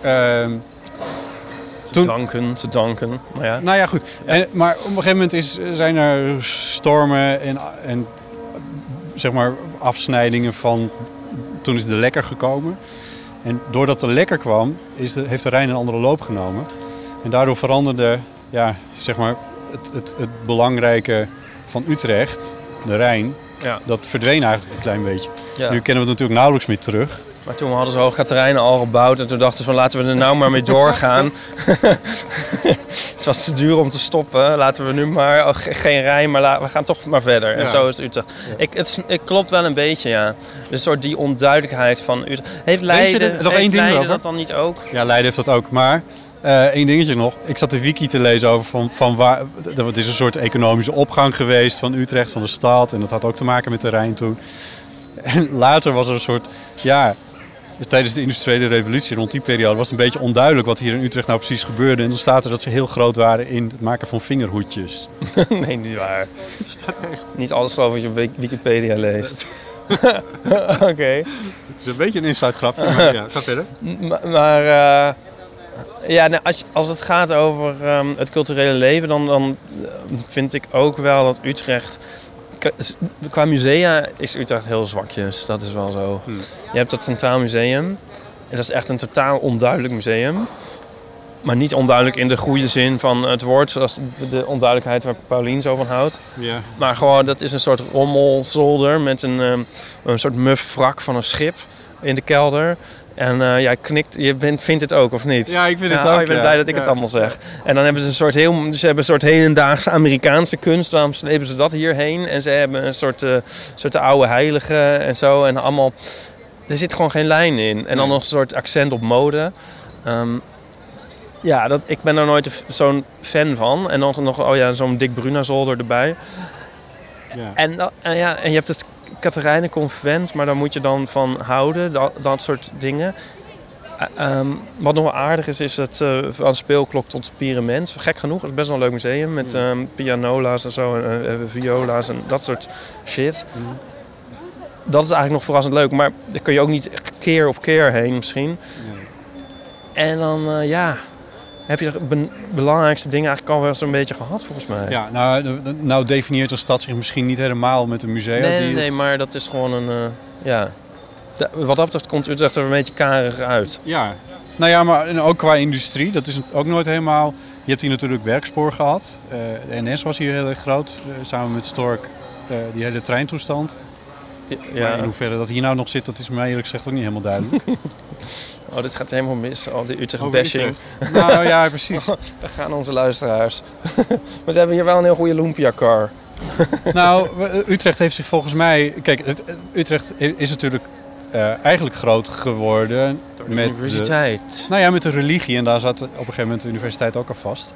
te danken. Maar ja. Nou ja, goed. Ja. Maar op een gegeven moment zijn er stormen en zeg maar afsnijdingen van... Toen is de Lekker gekomen. En doordat de Lekker kwam, heeft de Rijn een andere loop genomen. En daardoor veranderde zeg maar het belangrijke van Utrecht, de Rijn. Ja. Dat verdween eigenlijk een klein beetje. Ja. Nu kennen we het natuurlijk nauwelijks meer terug. Maar toen hadden ze Hoogkaterijnen al gebouwd en toen dachten ze van laten we er nou maar mee doorgaan. Het was te duur om te stoppen. Laten we nu maar, geen Rijn, maar we gaan toch maar verder. Ja. En zo is het Utrecht. Ja. Het klopt wel een beetje, ja. Een soort die onduidelijkheid van Utrecht. Heeft Leiden dat dan niet ook? Ja, Leiden heeft dat ook, maar... Eén dingetje nog. Ik zat de wiki te lezen over van waar... Het is een soort economische opgang geweest van Utrecht, van de stad. En dat had ook te maken met de Rijn toen. En later was er een soort... tijdens de industriële revolutie, rond die periode, was het een beetje onduidelijk wat hier in Utrecht nou precies gebeurde. En dan staat er dat ze heel groot waren in het maken van vingerhoedjes. Nee, niet waar. Het staat echt. Niet alles geloof wat je op Wikipedia leest. Oké. Het is een beetje een inside grapje, maar ja, ga verder. Maar... als het gaat over het culturele leven, dan vind ik ook wel dat Utrecht... Qua musea is Utrecht heel zwakjes, dat is wel zo. Je hebt het Centraal Museum, en dat is echt een totaal onduidelijk museum. Maar niet onduidelijk in de goede zin van het woord, zoals de onduidelijkheid waar Paulien zo van houdt. Ja. Maar gewoon, dat is een soort rommelzolder met een soort muf wrak van een schip in de kelder. En jij knikt, vindt het ook, of niet? Ja, ik vind het ook. Je bent blij dat ik het allemaal zeg. En dan hebben ze een soort hedendaagse Amerikaanse kunst. Waarom slepen ze dat hierheen? En ze hebben een soort oude heilige en zo. En allemaal, er zit gewoon geen lijn in. En dan nog een soort accent op mode. Ik ben daar nooit zo'n fan van. En dan nog zo'n Dick Bruna-zolder erbij. Ja. En je hebt het Katerijnenconvent, maar daar moet je dan van houden, dat soort dingen. Wat nog wel aardig is het van speelklok tot Pyramid. Gek genoeg, het is best wel een leuk museum met pianola's en zo, en viola's en dat soort shit. Dat is eigenlijk nog verrassend leuk, maar daar kun je ook niet keer op keer heen misschien. En dan, heb je de belangrijkste dingen eigenlijk al wel zo'n beetje gehad, volgens mij. Ja, nou definieert een stad zich misschien niet helemaal met een museum. Nee, maar dat is gewoon een... Wat dat betreft komt Utrecht er een beetje karig uit. Ja. Nou ja, maar en ook qua industrie. Dat is ook nooit helemaal... Je hebt hier natuurlijk werkspoor gehad. De NS was hier heel erg groot. Samen met Stork. Die hele treintoestand. Ja. Maar in hoeverre dat hier nou nog zit, dat is mij eerlijk gezegd ook niet helemaal duidelijk. Oh, dit gaat helemaal mis. Al die Utrecht-bashing. Nou ja, precies. Daar gaan onze luisteraars. Maar ze hebben hier wel een heel goede lumpia-car. Nou, Utrecht heeft zich volgens mij... Kijk, Utrecht is natuurlijk eigenlijk groot geworden... Door de universiteit. Met de religie. En daar zat op een gegeven moment de universiteit ook al vast.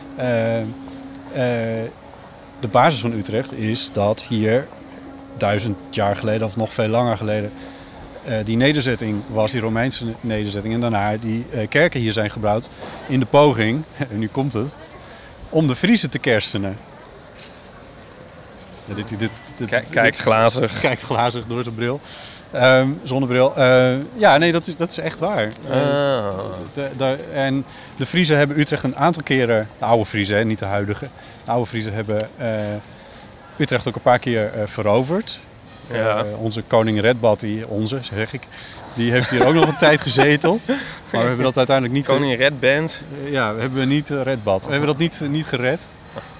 De basis van Utrecht is dat hier 1000 jaar geleden of nog veel langer geleden... die nederzetting was, die Romeinse nederzetting. En daarna die kerken hier zijn gebouwd in de poging, en nu komt het, om de Friezen te kersenen. Kijkt glazig. Kijkt glazig door zijn bril. Zonnebril. Dat is echt waar. En de Friezen hebben Utrecht een aantal keren... De oude Friezen, niet de huidige. De oude Friezen hebben Utrecht ook een paar keer veroverd. Ja. Onze koning Redbad, die heeft hier ook nog een tijd gezeteld. Maar we hebben dat uiteindelijk niet... Koning Redband? Ja, we hebben niet Redbad. We hebben dat niet gered.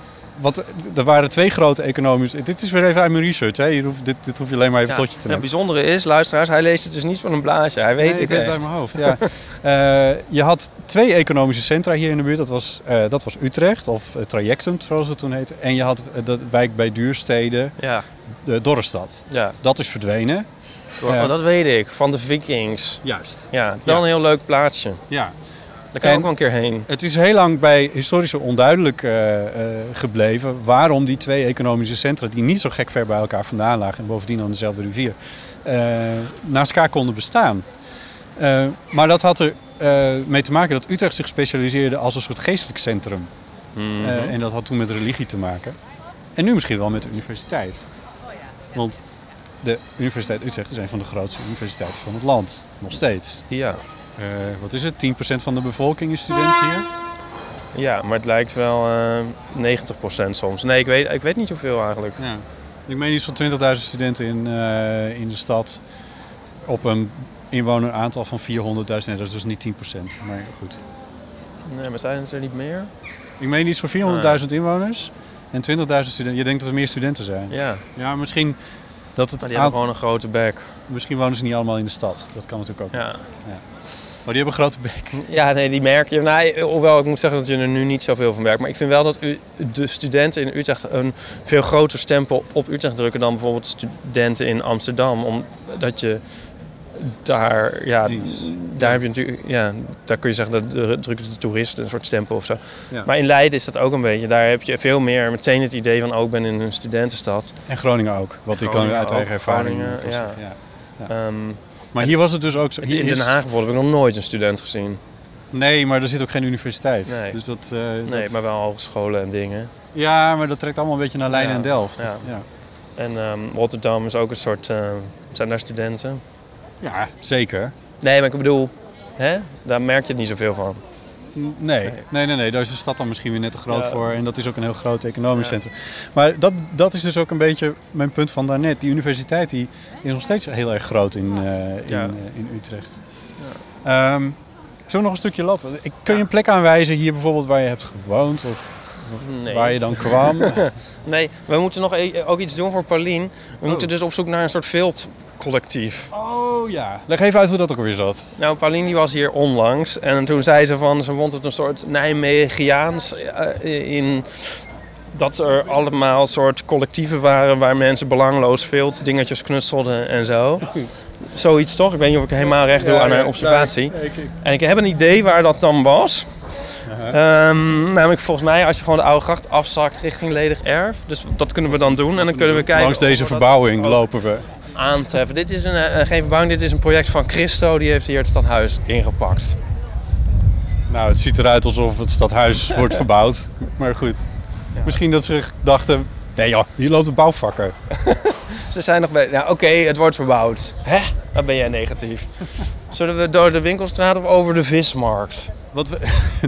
Er waren 2 grote economische... Dit is weer even uit mijn research. Hè? Dit hoef je alleen maar even tot je te nemen. Het bijzondere is, luisteraars, hij leest het dus niet van een blaadje. Hij weet het echt. uit mijn hoofd. Ja. Je had 2 economische centra hier in de buurt. Dat was Utrecht, of Trajectum, zoals het toen heette. En je had de wijk bij Duurstede, de Dorrestad. Ja. Dat is verdwenen. Dat weet ik, van de Vikings. Juist. Ja, wel een heel leuk plaatsje. Ja. Daar kan je ook wel een keer heen. Het is heel lang bij historici onduidelijk gebleven waarom die 2 economische centra, die niet zo gek ver bij elkaar vandaan lagen en bovendien aan dezelfde rivier, naast elkaar konden bestaan. Maar dat had er mee te maken dat Utrecht zich specialiseerde als een soort geestelijk centrum. Mm-hmm. En dat had toen met religie te maken. En nu misschien wel met de universiteit. Want de Universiteit Utrecht is een van de grootste universiteiten van het land. Nog steeds. Ja. Wat is het? 10% van de bevolking is student hier? Ja, maar het lijkt wel 90% soms. Nee, ik weet niet hoeveel eigenlijk. Ja. Ik meen iets van 20.000 studenten in de stad. Op een inwoneraantal van 400.000. Nee, dat is dus niet 10%. Maar goed. Nee, maar zijn er niet meer? Ik meen iets van 400.000 inwoners. En 20.000 studenten. Je denkt dat er meer studenten zijn. Ja. Ja, misschien... Die hebben gewoon een grote bek. Misschien wonen ze niet allemaal in de stad. Dat kan natuurlijk ook. Ja. Maar die hebben een grote bek. Ja, nee, die merk je. Nou, hoewel ik moet zeggen dat je er nu niet zoveel van merkt. Maar ik vind wel dat de studenten in Utrecht een veel groter stempel op Utrecht drukken dan bijvoorbeeld studenten in Amsterdam. Omdat je daar heb je natuurlijk, daar kun je zeggen dat drukken de toeristen een soort stempel of zo. Ja. Maar in Leiden is dat ook een beetje. Daar heb je veel meer meteen het idee van, ik ben in een studentenstad. En Groningen ook, wat ik kan uit eigen ervaring. Maar hier was het dus ook zo. In Den Haag bijvoorbeeld heb ik nog nooit een student gezien. Nee, maar er zit ook geen universiteit. Nee, dus nee, maar wel hogescholen en dingen. Ja, maar dat trekt allemaal een beetje naar Leiden en Delft. Ja. Ja. En Rotterdam is ook een soort... zijn daar studenten? Ja, zeker. Nee, maar ik bedoel, daar merk je het niet zoveel van. Nee. Daar is de stad dan misschien weer net te groot voor. En dat is ook een heel groot economisch centrum. Maar dat is dus ook een beetje mijn punt van daarnet. Die universiteit die is nog steeds heel erg groot in Utrecht. Ja. Zullen we nog een stukje lopen? Kun je een plek aanwijzen hier bijvoorbeeld waar je hebt gewoond? Of waar je dan kwam? Nee, we moeten nog ook iets doen voor Paulien. We moeten dus op zoek naar een soort viltcollectief. Oh ja. Leg even uit hoe dat ook alweer zat. Nou, Paulien die was hier onlangs. En toen zei ze vond het een soort Nijmegiaans in... Dat er allemaal soort collectieven waren waar mensen belangloos vilt dingetjes knutselden en zo. Zoiets toch? Ik weet niet of ik helemaal recht doe aan mijn observatie. En ik heb een idee waar dat dan was. Namelijk volgens mij als je gewoon de oude gracht afzakt richting ledig erf. Dus dat kunnen we dan doen en dan kunnen we kijken... Langs deze verbouwing lopen we. Aantreffen. Dit is geen verbouwing, dit is een project van Christo. Die heeft hier het stadhuis ingepakt. Nou, het ziet eruit alsof het stadhuis wordt verbouwd. Maar goed. Ja. Misschien dat ze dachten... Nee joh, hier loopt een bouwvakker. Ze zijn nog bij... Nou, oké, het wordt verbouwd. Hè? Dan ben jij negatief. Zullen we door de winkelstraat of over de vismarkt?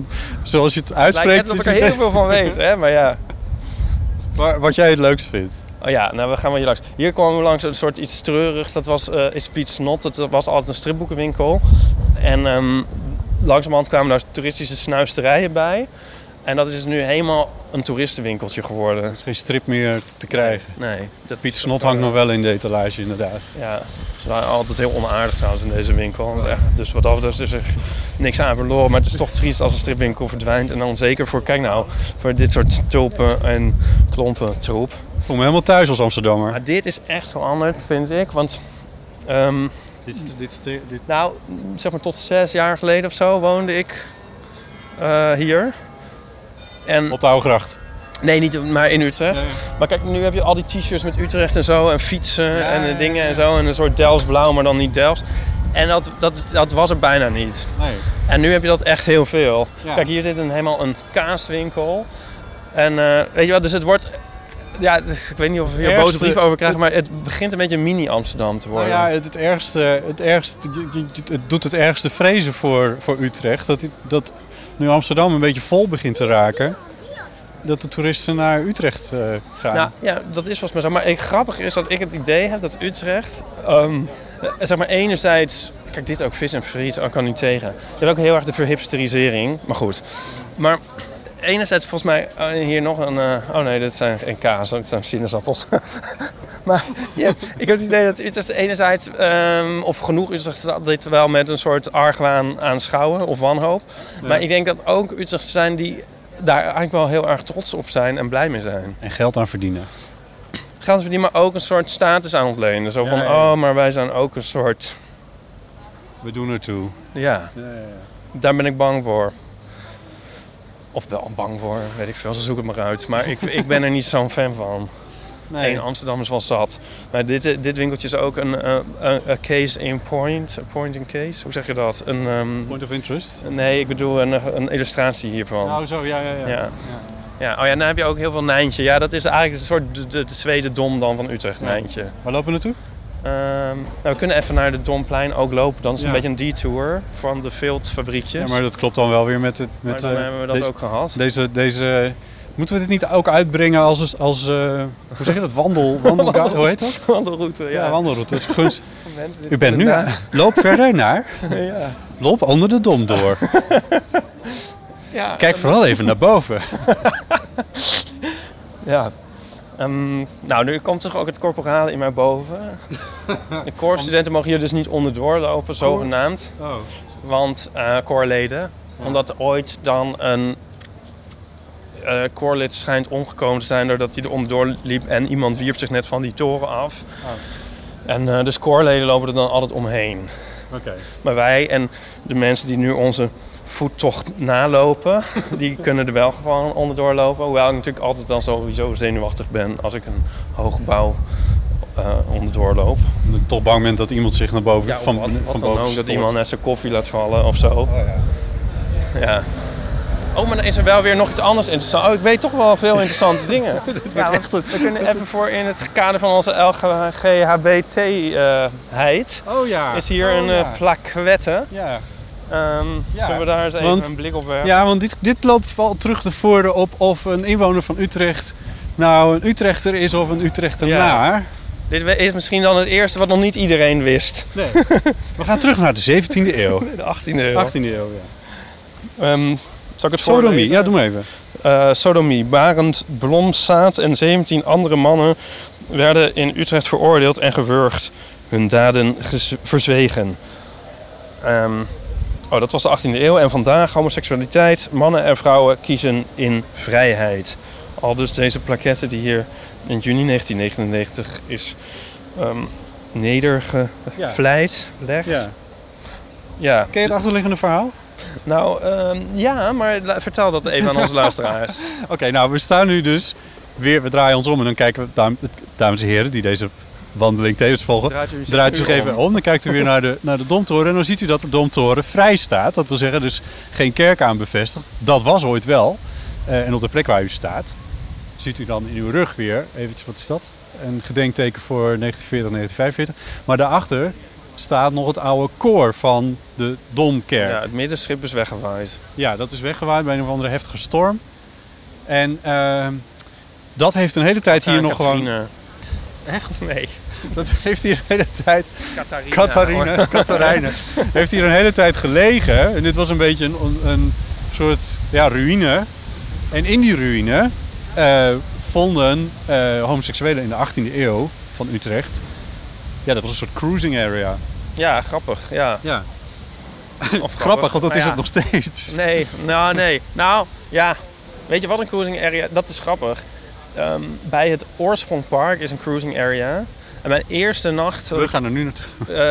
Zoals je het uitspreekt... Lijkt net of ik er heel veel van weet, hè? Maar ja. Wat jij het leukst vindt? Oh ja, nou we gaan wel hier langs. Hier komen we langs een soort iets treurigs. Dat was is Piet's Not. Dat was altijd een stripboekenwinkel. En langzamerhand kwamen daar toeristische snuisterijen bij. En dat is nu helemaal een toeristenwinkeltje geworden. Er is geen strip meer te krijgen. Nee. Piet's Not hangt nog wel in de etalage, inderdaad. Ja, ze waren altijd heel onaardig trouwens in deze winkel. Dus wat dat betreft is er niks aan verloren. Maar het is toch triest als een stripwinkel verdwijnt. En dan zeker voor dit soort tulpen en klompen troep. Ik voel me helemaal thuis als Amsterdammer. Maar dit is echt veranderd, vind ik. Want nou, zeg maar tot 6 jaar geleden of zo woonde ik hier. En op de Oudegracht? Nee, niet maar in Utrecht. Nee. Maar kijk, nu heb je al die t-shirts met Utrecht en zo. En fietsen en dingen en zo. En een soort Delfts blauw, maar dan niet Delfts. En dat was er bijna niet. Nee. En nu heb je dat echt heel veel. Ja. Kijk, hier zit helemaal een kaaswinkel. En weet je wat, dus het wordt... Ja, dus ik weet niet of we hier boze brieven over krijgen, maar het begint een beetje mini-Amsterdam te worden. Nou ja, het doet het ergste vrezen voor Utrecht. Dat nu Amsterdam een beetje vol begint te raken, dat de toeristen naar Utrecht gaan. Nou, ja, dat is volgens mij zo. Maar grappig is dat ik het idee heb dat Utrecht, zeg maar enerzijds... Kijk, dit ook vis en friet, ik kan niet tegen. Je hebt ook heel erg de verhipsterisering, maar goed. Maar enerzijds volgens mij hier nog een... oh nee, dit zijn geen kaas, dit zijn sinaasappels. Maar ik heb het idee dat Utrecht enerzijds, of genoeg Utrecht dit wel met een soort argwaan aanschouwen of wanhoop. Ja. Maar ik denk dat ook Utrecht zijn die daar eigenlijk wel heel erg trots op zijn en blij mee zijn. En geld aan verdienen. Geld verdienen, maar ook een soort status aan ontlenen. Zo van, oh, maar wij zijn ook een soort... We doen ertoe. Ja. Daar ben ik bang voor. Of wel bang voor, weet ik veel, ze zoeken het maar uit. Maar ik ben er niet zo'n fan van. Nee, Amsterdam is wel zat. Maar dit winkeltje is ook een case in point. Een point in case, hoe zeg je dat? Point of interest? Nee, ik bedoel een illustratie hiervan. Nou zo, ja. Ja, oh ja, dan heb je ook heel veel Nijntje. Ja, dat is eigenlijk een soort de tweede Dom dan van Utrecht, Nijntje. Waar lopen we naartoe? We kunnen even naar de Domplein ook lopen. Dan is het een beetje een detour van de Viltfabriekjes. Ja, maar dat klopt dan wel weer met maar dan hebben we dat ook gehad. Deze moeten we dit niet ook uitbrengen als hoe zeg je dat? Wandelguide? Hoe heet dat? Wandelroute, ja. Ja, wandelroute. Het is gunst. U bent nu loop verder naar. Ja. Loop onder de Dom door. Ja, kijk vooral even naar boven. Ja. Nou, nu komt toch ook het corporale in mij boven. De koorstudenten mogen hier dus niet onderdoor lopen, zogenaamd. Oh. Want koorleden. Ja. Omdat ooit dan een koorlid schijnt omgekomen te zijn doordat hij er onderdoor liep en iemand wierp zich net van die toren af. Oh. En dus koorleden lopen er dan altijd omheen. Okay. Maar wij en de mensen die nu onze voettocht nalopen, die kunnen er wel gewoon onderdoor lopen. Hoewel ik natuurlijk altijd dan sowieso zenuwachtig ben als ik een hoogbouw onderdoor loop. En toch bang bent dat iemand zich naar boven van boven ook, dat iemand net zijn koffie laat vallen of zo. Oh, ja. Oh, maar dan is er wel weer nog iets anders interessant. Oh, ik weet toch wel veel interessante dingen. We kunnen even voor in het kader van onze LGHBT-heid. Is hier een plaquette. Ja. Zullen we daar eens even een blik op werpen? Ja, want dit loopt wel terug te voeren op of een inwoner van Utrecht nou een Utrechter is of een Utrechtenaar. Ja. Dit is misschien dan het eerste wat nog niet iedereen wist. Nee. We gaan terug naar de 17e eeuw. De 18e eeuw. 18e eeuw, ja. Zal ik het Sodomie, voorlezen? ja, doe maar even. Sodomie. Barend Blomsaat en 17 andere mannen werden in Utrecht veroordeeld en gewurgd. Hun daden verzwegen. Dat was de 18e eeuw. En vandaag homoseksualiteit. Mannen en vrouwen kiezen in vrijheid. Al dus deze plaquette die hier in juni 1999 is nedergevleid. Ja. Ken je het achterliggende verhaal? Nou, ja, maar vertel dat even aan onze luisteraars. Oké, nou, we staan nu dus weer, we draaien ons om en dan kijken we, dames en heren die deze wandeling tevens volgen, draait u zich even om. Dan kijkt u weer naar de Domtoren en dan ziet u dat de Domtoren vrij staat. Dat wil zeggen dus geen kerk aan bevestigd. Dat was ooit wel. En op de plek waar u staat, ziet u dan in uw rug weer, eventjes, wat is dat? Een gedenkteken voor 1940, 1945. Maar daarachter staat nog het oude koor van de Domkerk. Ja, het middenschip is weggewaaid. Ja, dat is weggewaaid bij een of andere heftige storm. En dat heeft een hele tijd hier nog gewoon... Echt? Nee. Dat heeft hier de hele tijd... Catharina. Heeft hier een hele tijd gelegen. En dit was een beetje een soort ruïne. En in die ruïne vonden homoseksuelen in de 18e eeuw van Utrecht... Ja, dat was een soort cruising area. Ja, grappig. Ja. Of grappig, want dat is het nog steeds. Nee. Nou, ja. Weet je wat een cruising area... Dat is grappig. Bij het Oorsprongpark is een cruising area. En mijn eerste nacht... We gaan er nu naartoe.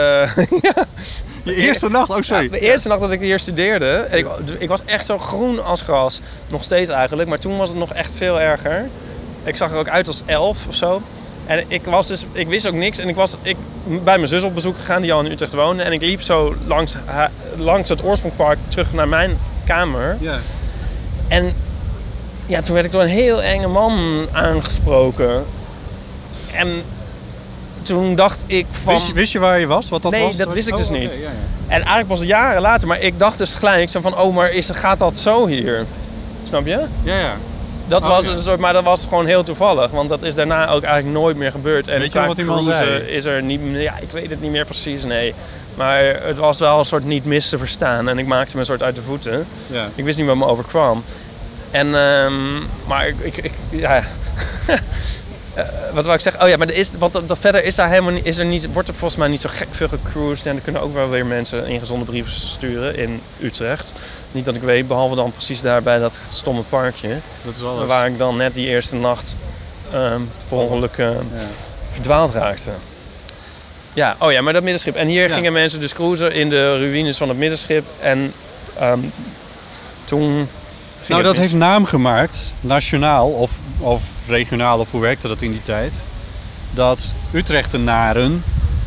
Je eerste nacht? Oh, sorry. Ja, de eerste nacht dat ik hier studeerde. En ik was echt zo groen als gras. Nog steeds eigenlijk. Maar toen was het nog echt veel erger. Ik zag er ook uit als 11 of zo. En ik wist ook niks. En ik bij mijn zus op bezoek gegaan die al in Utrecht woonde. En ik liep zo langs het Oorsprongpark terug naar mijn kamer. Ja. En ja, toen werd ik door een heel enge man aangesproken. En toen dacht ik van... Wist je waar je was? Wat dat was? Nee, dat wist ik dus niet. Okay, ja. En eigenlijk pas jaren later. Maar ik dacht dus gelijk van... maar gaat dat zo hier? Snap je? Ja. Dat was een soort... Maar dat was gewoon heel toevallig. Want dat is daarna ook eigenlijk nooit meer gebeurd. En weet je wat iemand zei? Is er niet... Ja, ik weet het niet meer precies, nee. Maar het was wel een soort niet mis te verstaan. En ik maakte me een soort uit de voeten. Ja. Ik wist niet wat me overkwam. En... maar ik ja... wat wou ik zeggen? Oh ja, maar verder is daar helemaal niet, wordt er volgens mij niet zo gek veel gecruised. En er kunnen ook wel weer mensen ingezonde brieven sturen in Utrecht. Niet dat ik weet, behalve dan precies daar bij dat stomme parkje. Dat is alles. Waar ik dan net die eerste nacht per ongeluk verdwaald raakte. Ja, oh ja, maar dat middenschip. En hier gingen mensen dus cruisen in de ruïnes van het middenschip. En toen... Nou, dat heeft naam gemaakt, nationaal of regionaal, of hoe werkte dat in die tijd? Dat Utrechtenaren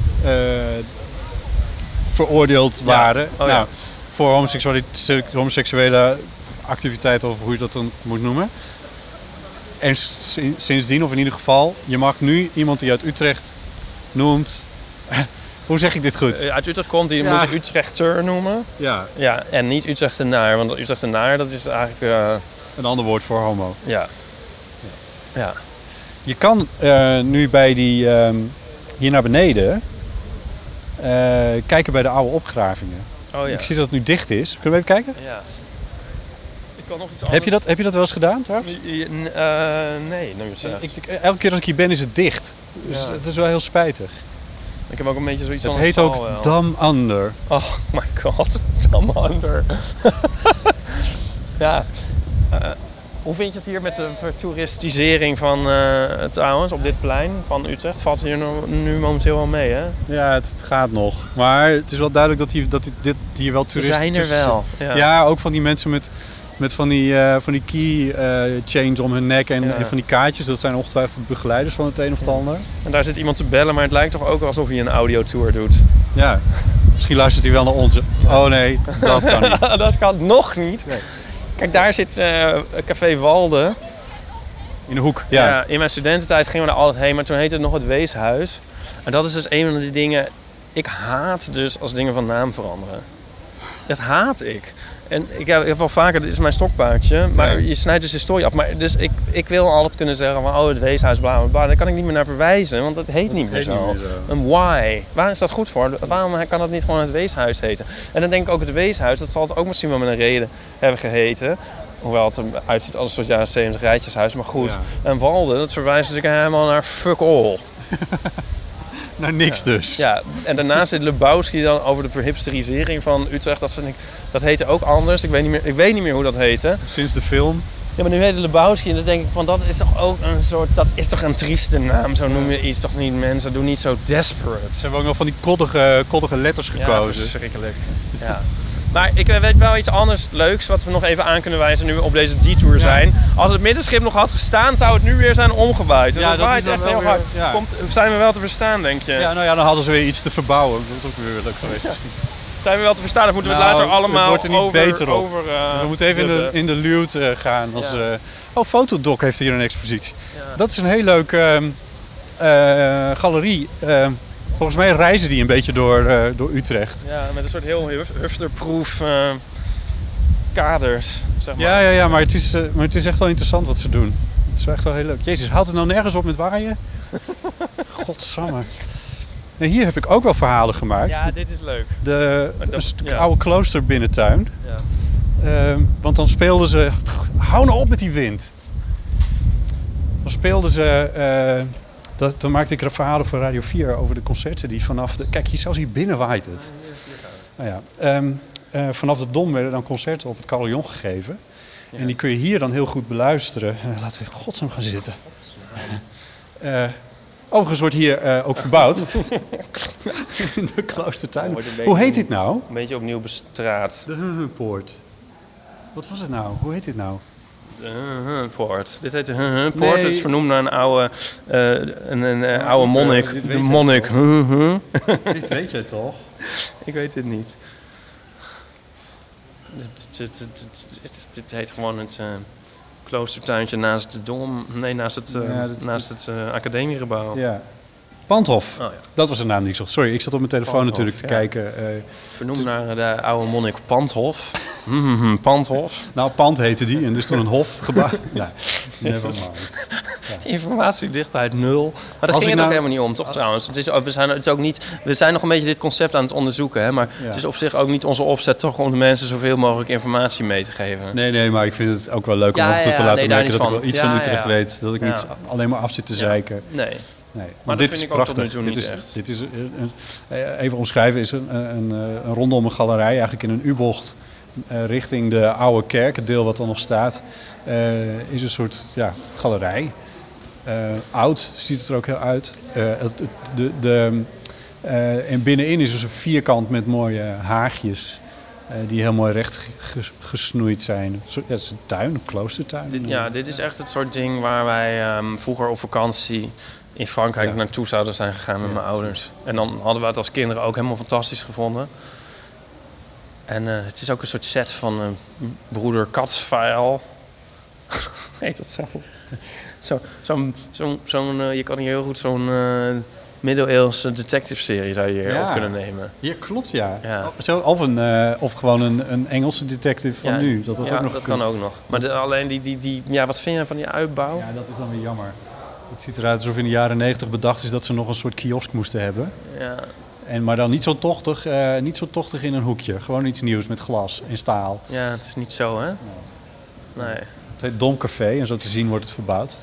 veroordeeld waren voor homoseksuele activiteiten, of hoe je dat dan moet noemen. En sindsdien, of in ieder geval, je mag nu iemand die uit Utrecht noemt... Hoe zeg ik dit goed? Uit Utrecht komt, die moet je Utrechter noemen. Ja, en niet Utrechternaar, want Utrechternaar, dat is eigenlijk... Een ander woord voor homo. Ja. Je kan nu bij die... hier naar beneden... kijken bij de oude opgravingen. Oh ja. Ik zie dat het nu dicht is. Kunnen we even kijken? Ja. Ik kan nog iets anders... Heb je dat wel eens gedaan, trouwens? Nee, elke keer als ik hier ben is het dicht. Dus het is wel heel spijtig. Ik heb ook een beetje zoiets van... Het heet ook Dam Under. Oh my god, Dam Under. Ja. Hoe vind je het hier met de vertoeristisering van trouwens op dit plein van Utrecht? Valt hier nu momenteel wel mee, hè? Ja, het gaat nog. Maar het is wel duidelijk dat dit hier wel toeristen... Ze zijn er wel. Ja, ook van die mensen met van die key chains om hun nek en van die kaartjes. Dat zijn ongetwijfeld begeleiders van het een of het ander. En daar zit iemand te bellen, maar het lijkt toch ook alsof hij een audiotour doet. Ja, misschien luistert hij wel naar onze. Oh nee, dat kan niet. Dat kan nog niet. Nee. Kijk, daar zit Café Walde. In de hoek, ja. In mijn studententijd gingen we daar altijd heen, maar toen heette het nog het Weeshuis. En dat is dus een van die dingen... Ik haat dus als dingen van naam veranderen. Dat haat ik. En ik heb wel vaker, dit is mijn stokpaardje, maar je snijdt dus historie af. Maar dus ik wil altijd kunnen zeggen van, het Weeshuis, bla bla bla. Daar kan ik niet meer naar verwijzen, want dat heet niet meer zo. Een why. Waar is dat goed voor? Waarom kan dat niet gewoon het Weeshuis heten? En dan denk ik ook het Weeshuis, dat zal het ook misschien wel met een reden hebben geheten. Hoewel het eruit ziet als een soort jaren 70 rijtjeshuis, maar goed. Ja. En Walde, dat verwijst dus helemaal naar fuck all. Nou, niks dus. Ja, en daarnaast zit Lebowski dan over de verhipsterisering van Utrecht. Dat heette ook anders. Ik weet niet meer hoe dat heette. Sinds de film? Ja, maar nu heet het Lebowski en dan denk ik van dat is toch ook een soort... Dat is toch een trieste naam. Zo noem je iets toch niet, mensen. Doe niet zo desperate. Ze hebben ook nog van die koddige letters gekozen. Ja, verschrikkelijk. Ja. Maar ik weet wel iets anders leuks wat we nog even aan kunnen wijzen nu we op deze detour zijn. Als het middenschip nog had gestaan, zou het nu weer zijn omgebouwd. Dus dat waait echt heel hard. Ja. Zijn we wel te verstaan, denk je? Ja, nou ja, dan hadden ze weer iets te verbouwen. Dat is ook weer leuk geweest misschien. Zijn we wel te verstaan of moeten we het later allemaal wordt er niet beter op. We moeten even in de luwt gaan. Fotodoc heeft hier een expositie. Ja. Dat is een heel leuk galerie. Volgens mij reizen die een beetje door Utrecht. Ja, met een soort heel hufterproof kaders. Zeg maar. Ja, maar het is echt wel interessant wat ze doen. Het is echt wel heel leuk. Jezus, houdt het nou nergens op met waaien? Godsamme. En hier heb ik ook wel verhalen gemaakt. Ja, dit is leuk. Een stuk oude kloosterbinnentuin. Ja. Want dan speelden ze... Hou nou op met die wind. Dan speelden ze... Dan maakte ik verhalen voor Radio 4 over de concerten die vanaf... Kijk, zelfs hier binnen waait het. Nou ja, vanaf de Dom werden dan concerten op het carillon gegeven. Ja. En die kun je hier dan heel goed beluisteren. Laten we in godsnaam gaan zitten. Overigens wordt hier ook verbouwd. In de kloostertuin. Hoe heet dit nou? Een beetje opnieuw bestraat. De Hunhunpoort. Wat was het nou? Hoe heet dit nou? De Hunhunpoort. Dit heet de Hunhunpoort. Nee. Het is vernoemd naar een oude, oude monnik. De monnik. Dit weet jij toch? Ik weet het niet. Dit heet gewoon het kloostertuintje naast de Dom. Nee, naast het academiegebouw. Ja. Pandhof. Oh, ja. Dat was de naam die ik zocht. Sorry, ik zat op mijn telefoon Pandhof, natuurlijk te kijken. Vernoemd naar de oude monnik Pandhof. Pandhof. Nou, Pand heette die en dus toen een hof gebouwd. Nee, Informatiedichtheid 0. Maar daar ging het ook helemaal niet om, toch trouwens? We zijn nog een beetje dit concept aan het onderzoeken. Hè? Maar het is op zich ook niet onze opzet toch om de mensen zoveel mogelijk informatie mee te geven. Nee, maar ik vind het ook wel leuk om af en toe te laten merken dat ik wel iets van Utrecht weet. Dat ik niet alleen maar af zit te zeiken. Nee. Maar dit is vind prachtig. Ik ook tot nu toe niet echt. Dit is even omschrijven, is een rondom een galerij, eigenlijk in een U-bocht richting de oude kerk. Het deel wat er nog staat, is een soort galerij. Oud ziet het er ook heel uit. En binnenin is dus een vierkant met mooie haagjes. Die heel mooi recht gesnoeid zijn. Het is een tuin, een kloostertuin. Dit is echt het soort ding waar wij vroeger op vakantie in Frankrijk naartoe zouden zijn gegaan met mijn ouders. En dan hadden we het als kinderen ook helemaal fantastisch gevonden. En het is ook een soort set van broeder Katzfeil. Heet dat zo? Je kan hier heel goed zo'n middeleeuwse detective-serie zou je hier op kunnen nemen. Ja, klopt, ja. Of gewoon een Engelse detective van nu. Dat kan ook nog. Maar alleen wat vind je van die uitbouw? Ja, dat is dan weer jammer. Het ziet eruit alsof in de jaren 90 bedacht is dat ze nog een soort kiosk moesten hebben. Ja. Maar dan niet zo tochtig in een hoekje. Gewoon iets nieuws met glas en staal. Ja, het is niet zo, hè? Nee. Het heet Domcafé en zo te zien wordt het verbouwd.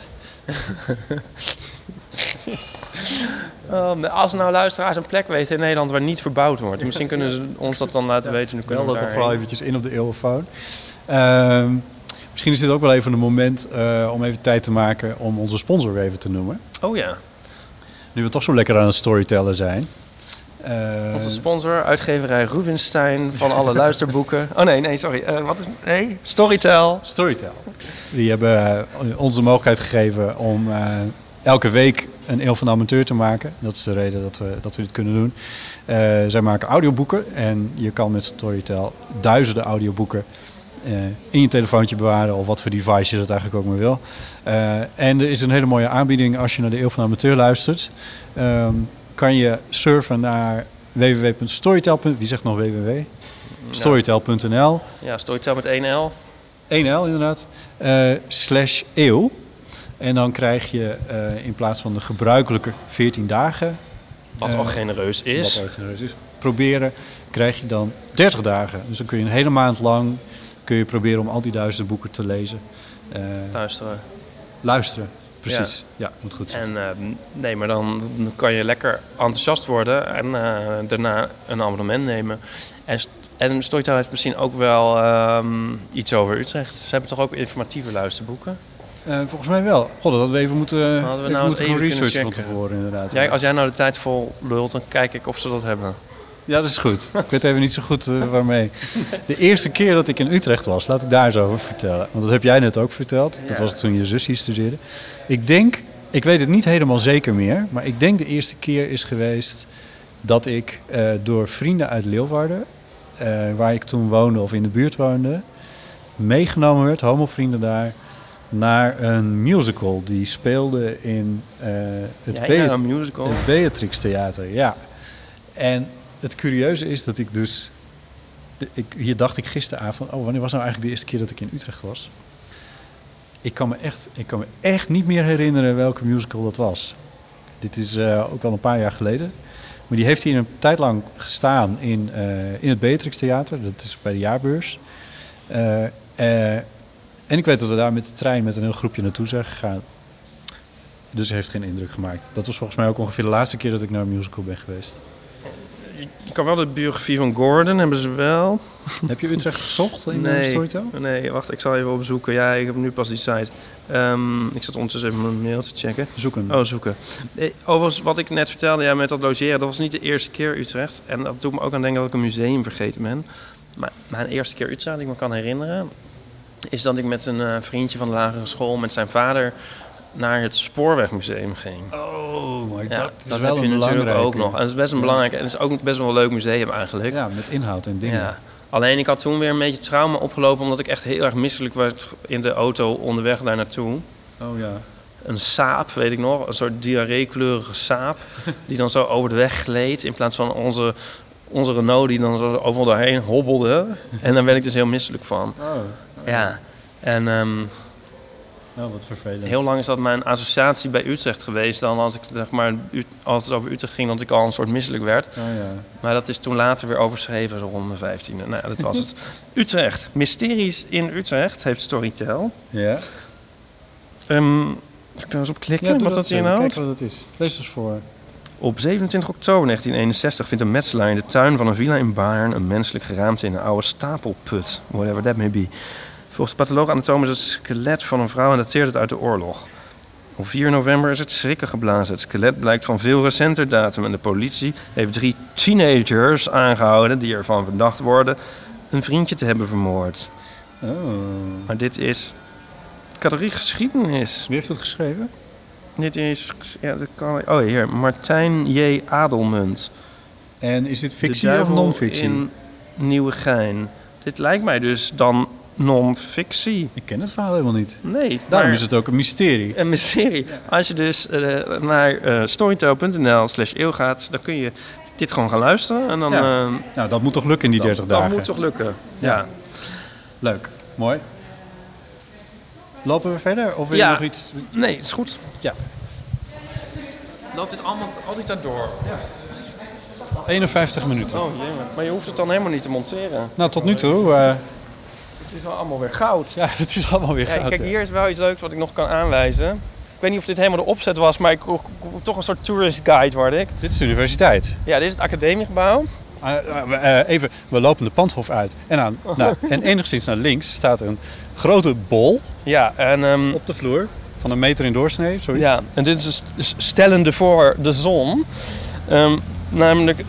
Als nou luisteraars een plek weten in Nederland waar niet verbouwd wordt. Misschien kunnen ze ons dat dan laten weten. Bel dat toch vooral eventjes in op de eeuwenfoon. Misschien is dit ook wel even een moment om even tijd te maken om onze sponsor even te noemen. Oh ja. Nu we toch zo lekker aan het storytellen zijn. Onze sponsor, uitgeverij Rubinstein van alle luisterboeken. Oh nee, sorry. Storytel. Storytel. Die hebben ons de mogelijkheid gegeven om elke week een Eeuw van de Amateur te maken. Dat is de reden dat we dit kunnen doen. Zij maken audioboeken en je kan met Storytel duizenden audioboeken in je telefoontje bewaren of wat voor device je dat eigenlijk ook maar wil. En er is een hele mooie aanbieding als je naar de Eeuw van de Amateur luistert. Kan je surfen naar www.storytel. Wie zegt nog www? Storytel.nl. Ja, Storytel met 1L. 1L inderdaad. /eeuw. En dan krijg je in plaats van de gebruikelijke 14 dagen... Wat al genereus is. Proberen, krijg je dan 30 dagen. Dus dan kun je een hele maand lang proberen om al die duizenden boeken te lezen. Luisteren. Precies, ja moet goed zijn. En maar dan kan je lekker enthousiast worden en daarna een abonnement nemen. En Storytel heeft misschien ook wel iets over Utrecht. Ze hebben toch ook informatieve luisterboeken? Volgens mij wel. God, dat hadden we even moeten researchen van tevoren inderdaad. Als jij nou de tijd vol lult, dan kijk ik of ze dat hebben. Ja, dat is goed. Ik weet even niet zo goed waarmee. De eerste keer dat ik in Utrecht was, laat ik daar eens over vertellen. Want dat heb jij net ook verteld. Dat was toen je zus hier studeerde. Ik weet het niet helemaal zeker meer, maar ik denk de eerste keer is geweest dat ik door vrienden uit Leeuwarden, waar ik toen woonde of in de buurt woonde, meegenomen werd, homovrienden daar, naar een musical die speelde in het Beatrix Theater. Ja. En het curieuze is dat ik dus... Hier dacht ik gisteravond... wanneer was nou eigenlijk de eerste keer dat ik in Utrecht was? Ik kan me echt niet meer herinneren welke musical dat was. Dit is ook wel een paar jaar geleden. Maar die heeft hier een tijd lang gestaan in het Beatrix Theater. Dat is bij de jaarbeurs. En ik weet dat we daar met de trein met een heel groepje naartoe zijn gegaan. Dus heeft geen indruk gemaakt. Dat was volgens mij ook ongeveer de laatste keer dat ik naar een musical ben geweest. Ik kan wel de biografie van Gordon, hebben ze wel. Heb je Utrecht gezocht in Storytel? Nee, wacht, ik zal even opzoeken. Ja, ik heb nu pas die site. Ik zat ondertussen even mijn mail te checken. Zoeken. Oh, zoeken. Overigens, wat ik net vertelde met dat logeren, dat was niet de eerste keer Utrecht. En dat doet me ook aan denken dat ik een museum vergeten ben. Maar mijn eerste keer Utrecht, die ik me kan herinneren, is dat ik met een vriendje van de lagere school met zijn vader naar het Spoorwegmuseum ging. Oh, maar Ja, dat is wel heb je een natuurlijk ook nog. En belangrijke. het is best een belangrijk en het is ook best wel een leuk museum eigenlijk. Ja, met inhoud en dingen. Ja. Alleen ik had toen weer een beetje trauma opgelopen omdat ik echt heel erg misselijk werd in de auto onderweg daar naartoe. Oh ja. Een saap, weet ik nog, een soort diarree-kleurige saap die dan zo over de weg gleed in plaats van onze Renault die dan zo overal doorheen hobbelde. En daar werd ik dus heel misselijk van. Oh. Ja, en Oh, wat vervelend. heel lang is dat mijn associatie bij Utrecht geweest. Dan als ik zeg maar, als het over Utrecht ging, dat ik al een soort misselijk werd. Oh ja. Maar dat is toen later weer overschreven, zo rond mijn 15e. Nou, dat was het. Utrecht. Mysteries in Utrecht heeft Storytel. Ja. Als ik daar eens op klikken, wat dat inhoudt. Kijk wat het is. Lees eens voor. Op 27 oktober 1961 vindt een metselaar in de tuin van een villa in Baarn een menselijk geraamte in een oude stapelput. Whatever that may be. Volgens de patholoog-anatoom is het skelet van een vrouw en dateert het uit de oorlog. Op 4 november is het schrikken geblazen. Het skelet blijkt van veel recenter datum en de politie heeft 3 teenagers aangehouden die ervan verdacht worden een vriendje te hebben vermoord. Oh. Maar dit is categorie geschiedenis. Wie heeft het geschreven? Dit is, ja, dat kan. Oh, hier, Martijn J. Adelmunt. En is dit De fictie of Duivel non-fictie? in Nieuwegein. Dit lijkt mij dus dan non-fictie. Ik ken het verhaal helemaal niet. Nee, Daarom maar is het ook een mysterie. een mysterie. Als je dus naar storytel.nl/eeuw gaat, dan kun je dit gewoon gaan luisteren. En dan, Ja. Nou, dat moet toch lukken in die 30 dagen? Dat moet toch lukken. Ja. Leuk. Mooi. Lopen we verder? Of wil je Ja. nog iets? Nee, het is goed. Ja. Loopt dit allemaal altijd daardoor? 51 minuten. Oh jee, maar je hoeft het dan helemaal niet te monteren. Nou, tot nu toe. Het is wel allemaal weer goud. Ja, het is allemaal weer Ja, goud. kijk, hier is wel iets leuks wat ik nog kan aanwijzen. Ik weet niet of dit helemaal de opzet was, maar ik toch een soort tourist guide word ik. Dit is de universiteit. Ja, dit is het academiegebouw. Even, we lopen de Pandhof uit. En enigszins naar links staat een grote bol Ja, en op de vloer. Van 1 meter in doorsnee, zoiets. ja, en dit is stellende voor de zon. Namelijk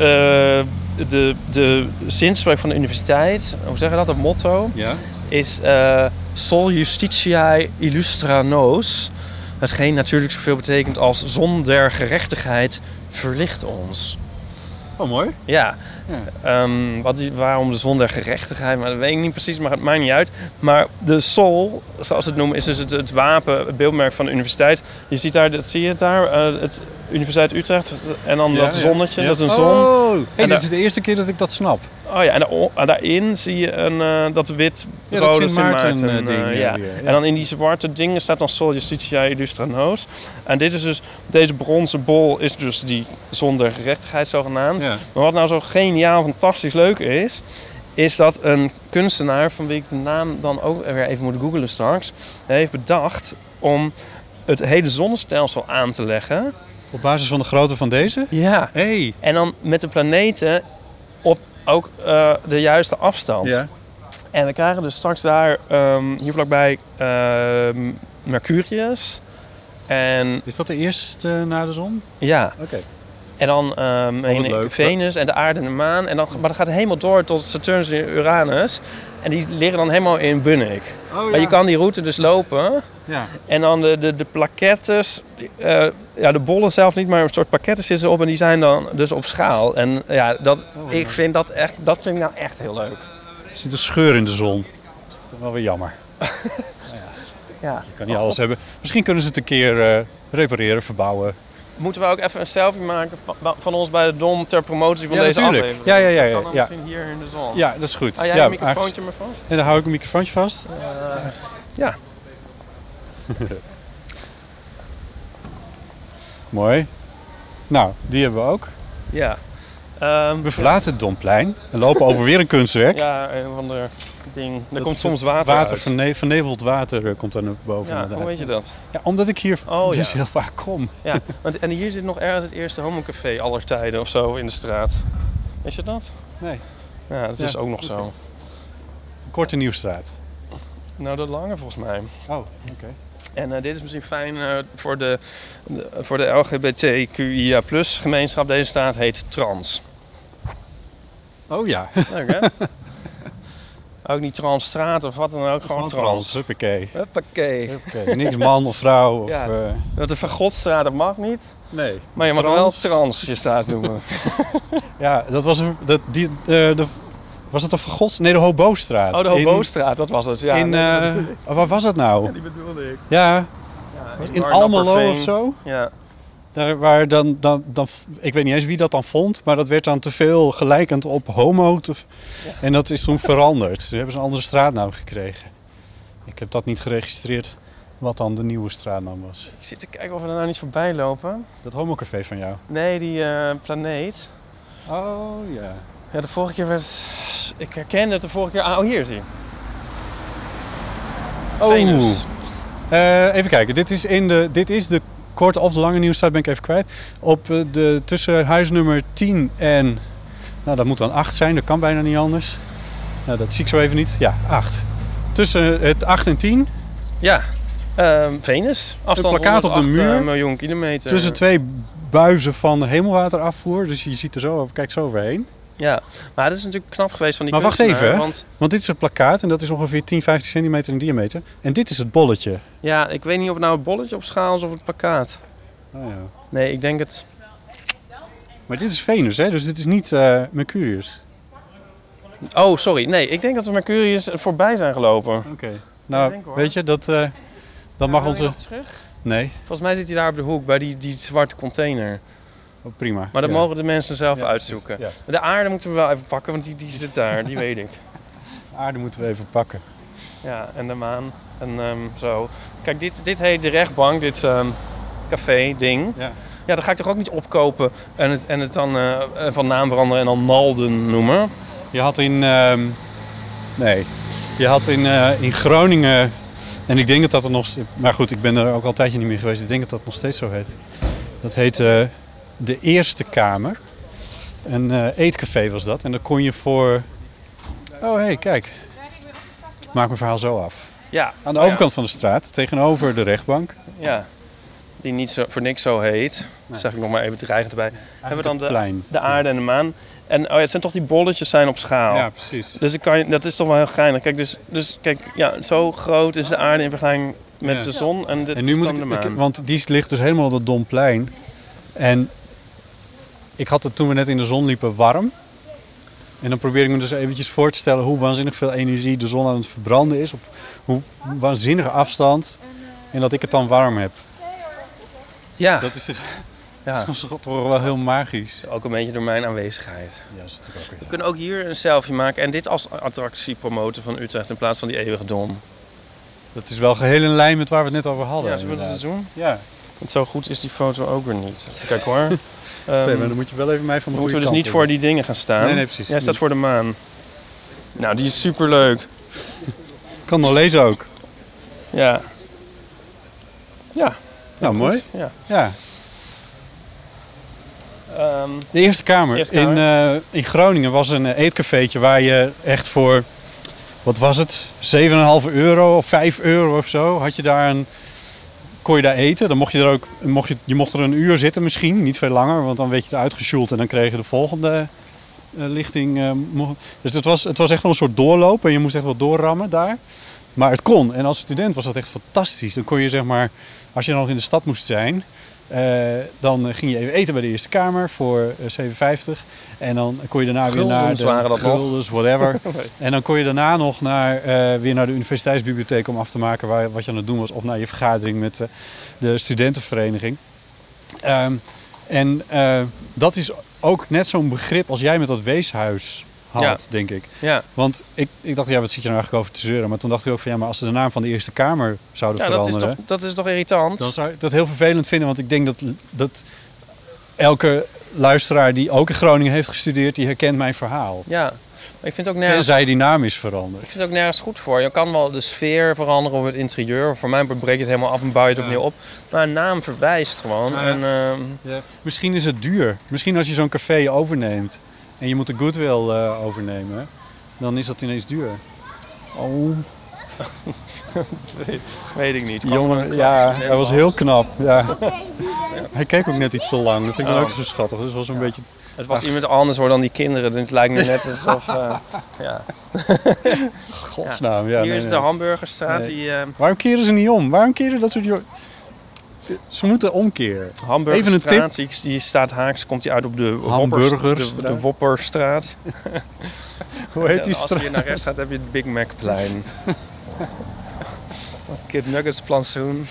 de zinspreuk van de universiteit, hoe zeg je dat, het motto, Ja. is Sol Justitiae Illustra Nos. Hetgeen natuurlijk zoveel betekent als zon der gerechtigheid verlicht ons. Oh, mooi. Ja, Ja. waarom de zon der gerechtigheid, maar dat weet ik niet precies, maar het maakt niet uit. Maar de sol, zoals ze het noemen, is dus het wapen, het beeldmerk van de universiteit. Je ziet daar, zie je het daar, het Universiteit Utrecht en dan dat zonnetje, Ja. dat is een zon. Oh, En dit daar- is de eerste keer dat ik dat snap. Oh ja, en daarin zie je dat wit-rode dat Sint Maarten Sint-Maarten ding, ja. weer, ja. En dan in die zwarte dingen staat dan Sol Justitiae Illustra Nos. En dit is dus, deze bronzen bol is dus die zon der gerechtigheid zogenaamd. Ja. Maar wat nou zo geniaal, fantastisch leuk is dat een kunstenaar, van wie ik de naam dan ook weer even moet googlen straks, heeft bedacht om het hele zonnestelsel aan te leggen. Op basis van de grootte van deze? Ja. Hey. En dan met de planeten op ook de juiste afstand. Ja. En we krijgen dus straks daar hier vlakbij Mercurius. En Is dat de eerste na de zon? ja, Oké. en dan leuk. Venus en de aarde en de maan. En dan, maar dan gaat het helemaal door tot Saturnus en Uranus. En die liggen dan helemaal in Bunnik. Oh, Maar je kan die route dus lopen. Ja. En dan de plaquettes, ja, de bollen zelf niet, maar een soort pakketten zitten erop en die zijn dan dus op schaal. En ja, ik vind dat vind ik nou echt heel leuk. Er zit een scheur in de zon. Dat is wel weer jammer. Ja. Je kan niet alles hebben. Misschien kunnen ze het een keer repareren, verbouwen. Moeten we ook even een selfie maken van ons bij de Dom ter promotie van Ja, deze natuurlijk. aflevering? Ja. Kan dan Ja. misschien hier in de zon. Ja, dat is goed. Hou jij ja, een microfoontje maar vast? En dan hou ik een microfoontje vast. Ja. Mooi. Nou, die hebben we ook. Ja. We verlaten het Domplein en lopen over weer een kunstwerk. Ja, een of ander ding. Er Dat komt is soms het water uit. Verneveld water komt daar naar boven. Ja, inderdaad. hoe weet je dat? Ja, omdat ik hier dus ja. heel vaak kom. Ja, en hier zit nog ergens het eerste homocafé aller tijden of zo in de straat. Weet je dat? Nee. Ja, dat is ook nog zo. Korte Nieuwstraat. Nou, de lange volgens mij. Oh, oké. En dit is misschien fijn voor de LGBTQIA+ gemeenschap. Deze straat heet Trans. Oh ja. Leuk, hè? Ook niet Transstraat of wat dan ook, gewoon Trans. Huppakee. Huppakee. Niks man of vrouw. Of, Ja. Dat de Van Godstraat, dat mag niet. nee. Maar je mag Trans. wel Trans je straat noemen. Ja, dat was was het de Van Gods? Nee, de Hobostraat. Oh, de Hobostraat, dat was het. Ja, waar was dat nou? die bedoelde ik. Ja, in Almelo of zo? Ja. Daar waar dan, ik weet niet eens wie dat dan vond, maar dat werd dan te veel gelijkend op homo. En dat is toen veranderd. Ze hebben een andere straatnaam gekregen. Ik heb dat niet geregistreerd, wat dan de nieuwe straatnaam was. Ik zit te kijken of we er nou niet voorbij lopen. Dat homocafé van jou? Nee, die Planeet. Oh ja. Ja, de vorige keer werd... Ik herkende het de vorige keer... Oh, hier is hij. Venus. Even kijken. Dit is de korte of de lange Nieuwstraat, ben ik even kwijt. Tussen huisnummer 10 en... Nou, dat moet dan 8 zijn. Dat kan bijna niet anders. Nou, dat zie ik zo even niet. Ja, 8. Tussen het 8 en 10. Ja. Venus. Afstand Een plakkaat op de 108 muur. miljoen kilometer. Tussen 2 buizen van hemelwaterafvoer. Dus je ziet er zo over, kijk zo overheen. Ja, maar het is natuurlijk knap geweest van die Maar wacht kunstenaar, even, want want dit is een plakkaat en dat is ongeveer 10, 15 centimeter in diameter. En dit is het bolletje. ja, ik weet niet of het nou het bolletje op schaal is of het plakkaat. Oh, ja. Nee, ik denk het... Maar dit is Venus, hè? Dus dit is niet Mercurius. Oh, sorry. Nee, ik denk dat we Mercurius voorbij zijn gelopen. Oké. Nou, Ik denk hoor. weet je, dat mag Wil je onze... nog terug? Nee, Volgens mij zit hij daar op de hoek bij die zwarte container. oh, prima. Maar dat Ja. mogen de mensen zelf Ja, uitzoeken. precies, De aarde moeten we wel even pakken, want die zit daar, die weet ik. De aarde moeten we even pakken. Ja, en de maan. En zo. Kijk, dit heet de rechtbank, dit café-ding. Ja. Ja, dat ga ik toch ook niet opkopen en het dan van naam veranderen en dan Malden noemen? Je had in Groningen, en ik denk dat er nog... Maar goed, ik ben er ook al een tijdje niet meer geweest. Ik denk dat dat nog steeds zo heet. Dat heet de Eerste Kamer. Een eetcafé was dat. En dan kon je voor... Oh, hé, kijk. Ik maak mijn verhaal zo af. Ja. Aan de overkant van de straat, tegenover de rechtbank. Ja. Die niet zo, voor niks zo heet. Dat zeg ik nog maar even dreigend erbij. Hebben we dan het plein. de aarde en de maan. En het zijn toch die bolletjes zijn op schaal. Ja, precies. Dus dat is toch wel heel geinig. Kijk, dus kijk, ja, zo groot is de aarde in vergelijking met Ja. de zon. En dit En nu is moet dan de maan. want die ligt dus helemaal op het Domplein. En ik had het toen we net in de zon liepen warm. En dan probeer ik me dus eventjes voor te stellen hoe waanzinnig veel energie de zon aan het verbranden is. Op hoe waanzinnige afstand. En dat ik het dan warm heb. Ja, Dat is ja. toch wel heel magisch. Ook een beetje door mijn aanwezigheid. Ja, dat is natuurlijk ook We kunnen ook hier een selfie maken en dit als attractie promoten van Utrecht in plaats van die eeuwige dom. Dat is wel geheel in lijn met waar we het net over hadden. Ja, zullen we dat eens inderdaad. doen? Ja. Want zo goed is die foto ook weer niet. Kijk hoor. Oké, maar dan moet je wel even mij van de Dan moeten we goede dus niet kant voor die dingen gaan staan. Nee, precies. Jij staat voor de maan. Nou, die is superleuk. hebben. Ik kan nog lezen ook. Ja. Ja. Nou, goed. mooi. Ja. Ja. Ehm, De Eerste Kamer. Eerste Kamer. In Groningen was een eetcafeetje waar je echt voor, wat was het, 7,5 euro of 5 euro of zo, kon je daar eten. Dan mocht je er ook, je mocht er een uur zitten misschien, niet veel langer, want dan werd je eruit gesjoeld en dan kreeg je de volgende lichting. Dus het was echt wel een soort doorloop en je moest echt wel doorrammen daar. Maar het kon. En als student was dat echt fantastisch. Dan kon je zeg maar, als je dan nog in de stad moest zijn, dan ging je even eten bij de Eerste Kamer voor 7,50. En dan kon je daarna weer naar Guldens waren dat nog. guldens, whatever. En dan kon je daarna nog weer naar de universiteitsbibliotheek om af te maken wat je aan het doen was. Of naar je vergadering met de studentenvereniging. Dat is ook net zo'n begrip als jij met dat weeshuis had, Ja. denk ik. ja. Want ik dacht, ja, wat zit je nou eigenlijk over te zeuren? Maar toen dacht ik ook van, ja, maar als ze de naam van de Eerste Kamer zouden Ja, veranderen, dat is toch irritant? dan zou ik dat heel vervelend vinden. Want ik denk dat elke luisteraar die ook in Groningen heeft gestudeerd, die herkent mijn verhaal. Ja, maar ik vind het ook nergens... Tenzij die naam is veranderd. Ik vind het ook nergens goed voor. Je kan wel de sfeer veranderen of het interieur. Voor mij breek je het helemaal af en bouw je het opnieuw op. Maar een naam verwijst gewoon. Ja. En, Misschien is het duur. Misschien als je zo'n café overneemt en je moet de goodwill overnemen, dan is dat ineens duur. Oh, weet ik niet. jongen, ja, hij was heel knap. Ja. Hij keek ook net iets te lang. Dat vind ik dan ook zo schattig. Dus was een beetje... Het was iemand anders hoor dan die kinderen. Het lijkt nu net alsof... ja. Godsnaam, ja. Hier is de Hamburgerstraat. Nee. Die Waarom keren ze niet om? Waarom keren dat soort... Ze moeten omkeren. Hamburgerstraat, die staat haaks, komt die uit op de Hamburgerstraat. de Wopperstraat. Hoe heet die Als straat? je hier naar rechts gaat, heb je het Big Macplein. Wat Kid Nuggets plantsoen.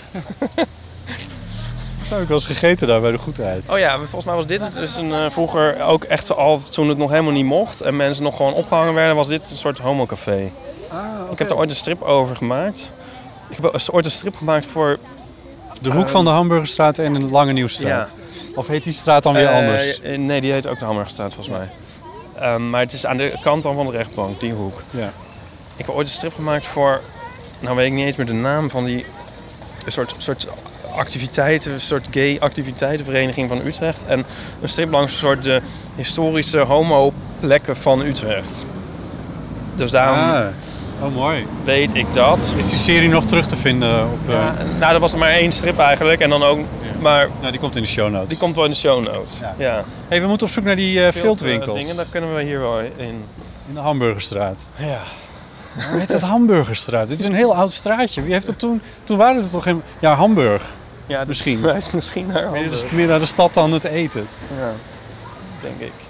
Dat heb ik wel eens gegeten daar bij de Goedheid. Oh ja, volgens mij was dit dus vroeger ook echt al toen het nog helemaal niet mocht en mensen nog gewoon opgehangen werden, was dit een soort homocafé. Okay. Ik heb er ooit een strip over gemaakt. Ik heb ooit een strip gemaakt voor... De hoek van de Hamburgerstraat en de Lange Nieuwstraat. Ja. Of heet die straat dan weer anders? Nee, die heet ook de Hamburgerstraat volgens mij. Maar het is aan de kant dan van de rechtbank, die hoek. Ja. Ik heb ooit een strip gemaakt voor... Nou weet ik niet eens meer de naam van die... Een soort activiteiten, een soort gay activiteitenvereniging van Utrecht. En een strip langs een soort de historische homo-plekken van Utrecht. Dus daarom Oh, mooi. weet ik dat. Is die serie nog terug te vinden op... Ja, nou, er was er maar één strip eigenlijk. En dan ook... Maar Nou, die komt in de show notes. die komt wel in de show notes. Ja. Ja. Hey, we moeten op zoek naar die viltwinkels. Dingen, daar kunnen we hier wel in. In de Hamburgerstraat. Ja. Hoe heet dat Hamburgerstraat? Dit is een heel oud straatje. Wie heeft dat toen... Toen waren er toch geen... Ja, Hamburg. Ja, Misschien. Wijst misschien naar Meer, Hamburg. meer naar de stad dan het eten. Ja, denk ik.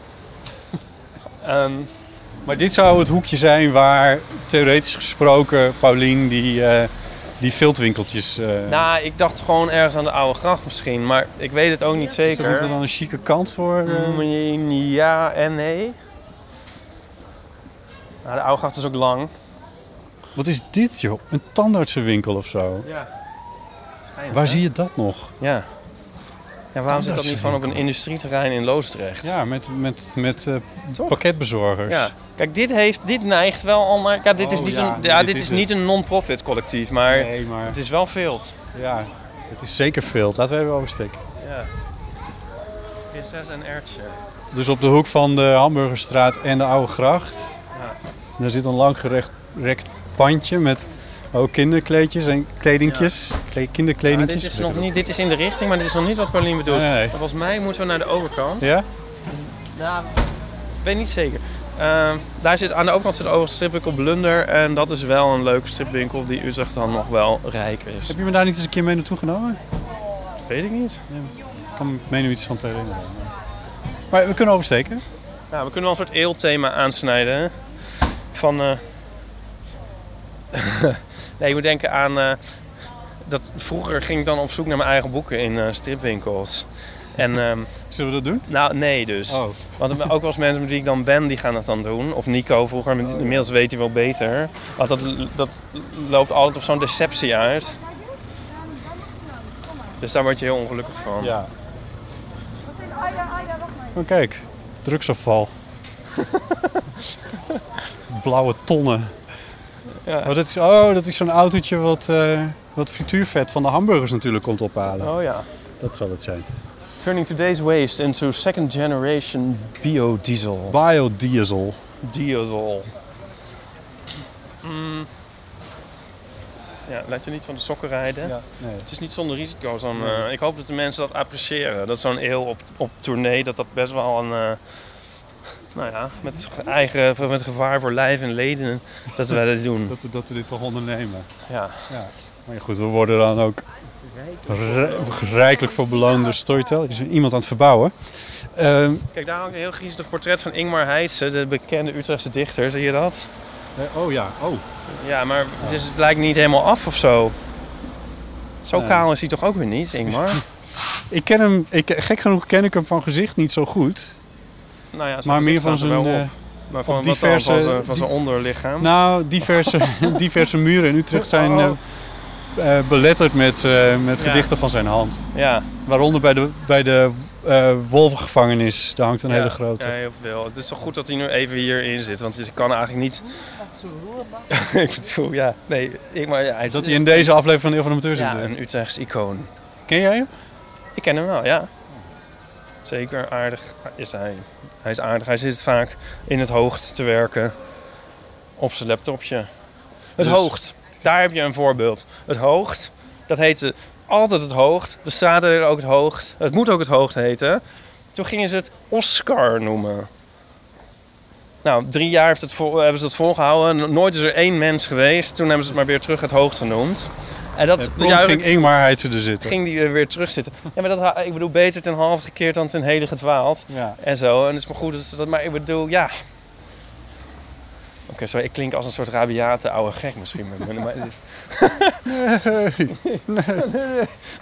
Maar dit zou het hoekje zijn waar, theoretisch gesproken, Paulien die viltwinkeltjes... Nou, ik dacht gewoon ergens aan de Oude Gracht misschien, maar ik weet het ook niet is dat zeker. niet dan een chique kant voor? Ja en nee. Nou, de Oude Gracht is ook lang. Wat is dit, joh? Een tandartsenwinkel of zo? Ja. Waar zie je dat nog? Ja. Ja, waarom zit dat niet gewoon op een industrieterrein in Loosdrecht? Ja, met pakketbezorgers. Ja. Kijk, dit neigt wel al naar... Kijk, dit is Oh, niet ja, een, nee, ja, dit dit is is niet een non-profit collectief, maar Nee, maar... het is wel vilt. Ja, het is zeker veel. Laten we even oversteken. Ja. Prinses en Ertje. Dus op de hoek van de Hamburgerstraat en de Oude Gracht. Ja. Daar zit een langgerekt pandje met ook kinderkleedjes en kledingjes. Kinderkledingjes. Dit is nog niet, dit is in de richting, maar dit is nog niet wat Paulien bedoelt. Nee. Volgens mij moeten we naar de overkant. Ja? Nou, ik weet niet zeker. Daar zit, aan de overkant zit overigens stripwinkel Blunder. En dat is wel een leuke stripwinkel die Utrecht dan nog wel rijker is. Heb je me daar niet eens een keer mee naartoe genomen? Dat weet ik niet. Ik kan me nu iets van te herinneren. Maar we kunnen oversteken. Nou, we kunnen wel een soort eelthema aansnijden. Hè? Van... nee, ik moet denken aan... dat vroeger ging ik dan op zoek naar mijn eigen boeken in stripwinkels. En, Zullen we dat doen? nou, nee dus. Oh. Want ook wel eens mensen met wie ik dan ben, die gaan dat dan doen. Of Nico vroeger, inmiddels weet hij wel beter. Want dat loopt altijd op zo'n deceptie uit. Dus daar word je heel ongelukkig van. Ja. Oh, kijk. Drugsafval. Blauwe tonnen. Ja. Dat is zo'n autootje wat frituurvet van de hamburgers natuurlijk komt ophalen. Oh ja. Dat zal het zijn. Turning today's waste into second generation biodiesel. Biodiesel. Diesel. Ja, laat je niet van de sokken rijden. Ja, nee. Het is niet zonder risico's. Ik hoop dat de mensen dat appreciëren. Dat zo'n eeuw op tournee, dat best wel een... nou ja, met gevaar voor lijf en leden, dat wij dat doen. Dat we dit toch ondernemen. Ja. Maar ja, goed, we worden dan ook rijkelijk voor beloond door Storytel. Er is iemand aan het verbouwen. Kijk, daar hangt een heel griezelig portret van Ingmar Heitse, de bekende Utrechtse dichter. Zie je dat? Oh ja, oh. Ja, maar het lijkt niet helemaal af of zo. Zo kaal is hij toch ook weer niet, Ingmar? Ik ken hem, gek genoeg ken ik hem van gezicht niet zo goed. Nou ja, Maar meer van zijn... maar van diverse... van zijn onderlichaam. Nou, diverse muren in Utrecht zijn beletterd met gedichten van zijn hand. Ja. Waaronder bij de wolvengevangenis. Daar hangt een hele grote. Ja, heel veel. Het is toch goed dat hij nu even hierin zit. Want je kan eigenlijk niet... Ik bedoel, ja. Nee, Dat hij in deze aflevering van de Eeuw van de Amateur zit. Ja, een Utrechts icoon. Ken jij hem? Ik ken hem wel, ja. Zeker aardig is hij. Hij is aardig. Hij zit vaak in het Hoogt te werken. Op zijn laptopje. Het Hoogt. Daar heb je een voorbeeld. Het Hoogt. Dat heette altijd het Hoogt. De straat heette ook het Hoogt. Het moet ook het Hoogt heten. Toen gingen ze het Oscar noemen. Nou, 3 jaar hebben ze het volgehouden. Nooit is er 1 mens geweest. Toen hebben ze het maar weer terug het Hoogst genoemd. En dat ging Ingmar Heitse er zitten. Ging die er weer terug zitten. Ja, maar ik bedoel, beter ten halve gekeerd dan ten hele gedwaald. Ja. En zo. En het is maar goed dat maar ik bedoel, ja. Oké, sorry, ik klink als een soort rabiate oude gek misschien. Maar Nee.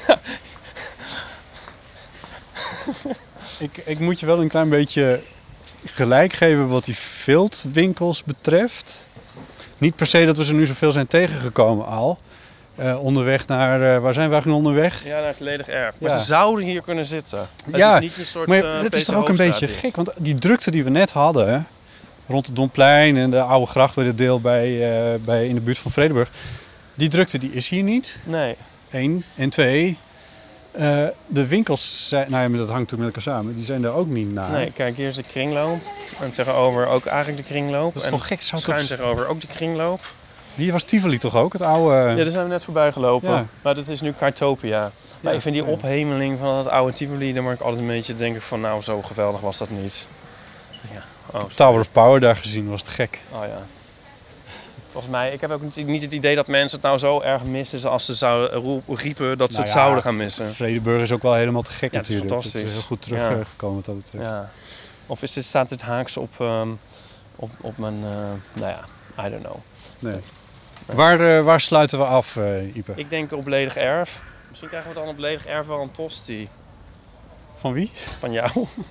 Ik moet je wel een klein beetje gelijk geven wat die viltwinkels betreft. Niet per se dat we ze nu zoveel zijn tegengekomen al. Onderweg naar... waar zijn we eigenlijk onderweg? Ja, naar het ledig erf. Ja. Maar ze zouden hier kunnen zitten. Ja, het is niet een soort, maar het is toch ook een beetje gek. Want die drukte die we net hadden... rond het Domplein en de oude gracht bij het deel in de buurt van Vredenburg... die drukte die is hier niet. Nee. 1. En 2... de winkels zijn... Nou ja, dat hangt natuurlijk met elkaar samen. Die zijn daar ook niet naar. Nee, kijk, hier is de kringloop. En tegenover ook eigenlijk de kringloop. Dat is toch gek? Schuin tegenover ook de kringloop. Hier was Tivoli toch ook? Het oude... Ja, daar zijn we net voorbij gelopen. Ja. Maar dat is nu Kartopia. Maar ik vind die ophemeling van het oude Tivoli... daar moet ik altijd een beetje denken van... nou, zo geweldig was dat niet. Ja. Tower of Power daar gezien, was te gek. Oh ja. Volgens mij, ik heb ook niet het idee dat mensen het nou zo erg missen... als ze zouden riepen dat ze het zouden gaan missen. Vredenburg is ook wel helemaal te gek natuurlijk. Het is fantastisch. Het is heel goed teruggekomen wat dat betreft. Ja. Of staat dit haaks op mijn... nou ja, I don't know. Nee. Waar sluiten we af, Ipe? Ik denk op ledig erf. Misschien krijgen we dan op ledig erf wel een tosti. Van wie? Van jou.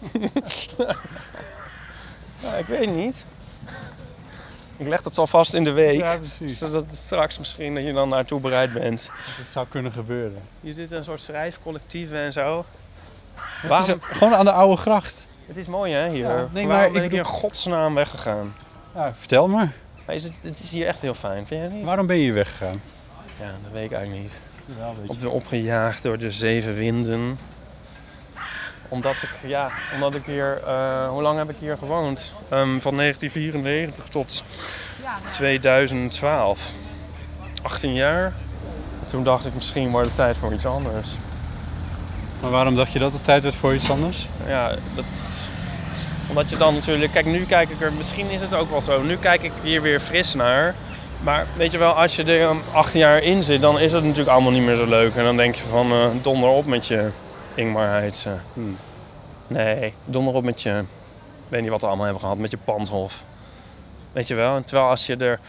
Nou, ik weet niet. Ik leg dat al vast in de week. Ja, precies. Zodat straks misschien dat je dan naartoe bereid bent. Dat zou kunnen gebeuren. Hier zitten een soort schrijfcollectieven en zo. Gewoon aan de oude gracht. Het is mooi hè, hier. Ja, nee, Waarom ben ik hier in godsnaam weggegaan? Ja, vertel maar. Maar het is hier echt heel fijn, vind jij niet? Waarom ben je hier weggegaan? Ja, dat weet ik eigenlijk niet. Ja, Opgejaagd door de 7 winden. Omdat ik hier... hoe lang heb ik hier gewoond? Van 1994 tot 2012. 18 jaar. En toen dacht ik misschien wordt het tijd voor iets anders. Maar waarom dacht je dat het tijd werd voor iets anders? Ja, omdat je dan natuurlijk... Kijk, nu kijk ik er... Misschien is het ook wel zo. Nu kijk ik hier weer fris naar. Maar weet je wel, als je er 18 jaar in zit, dan is het natuurlijk allemaal niet meer zo leuk. En dan denk je van, donder op met je Ingmar Heitse. Nee, donder op met je... Ik weet niet wat we allemaal hebben gehad, met je Pandhof. Weet je wel? En terwijl als je er...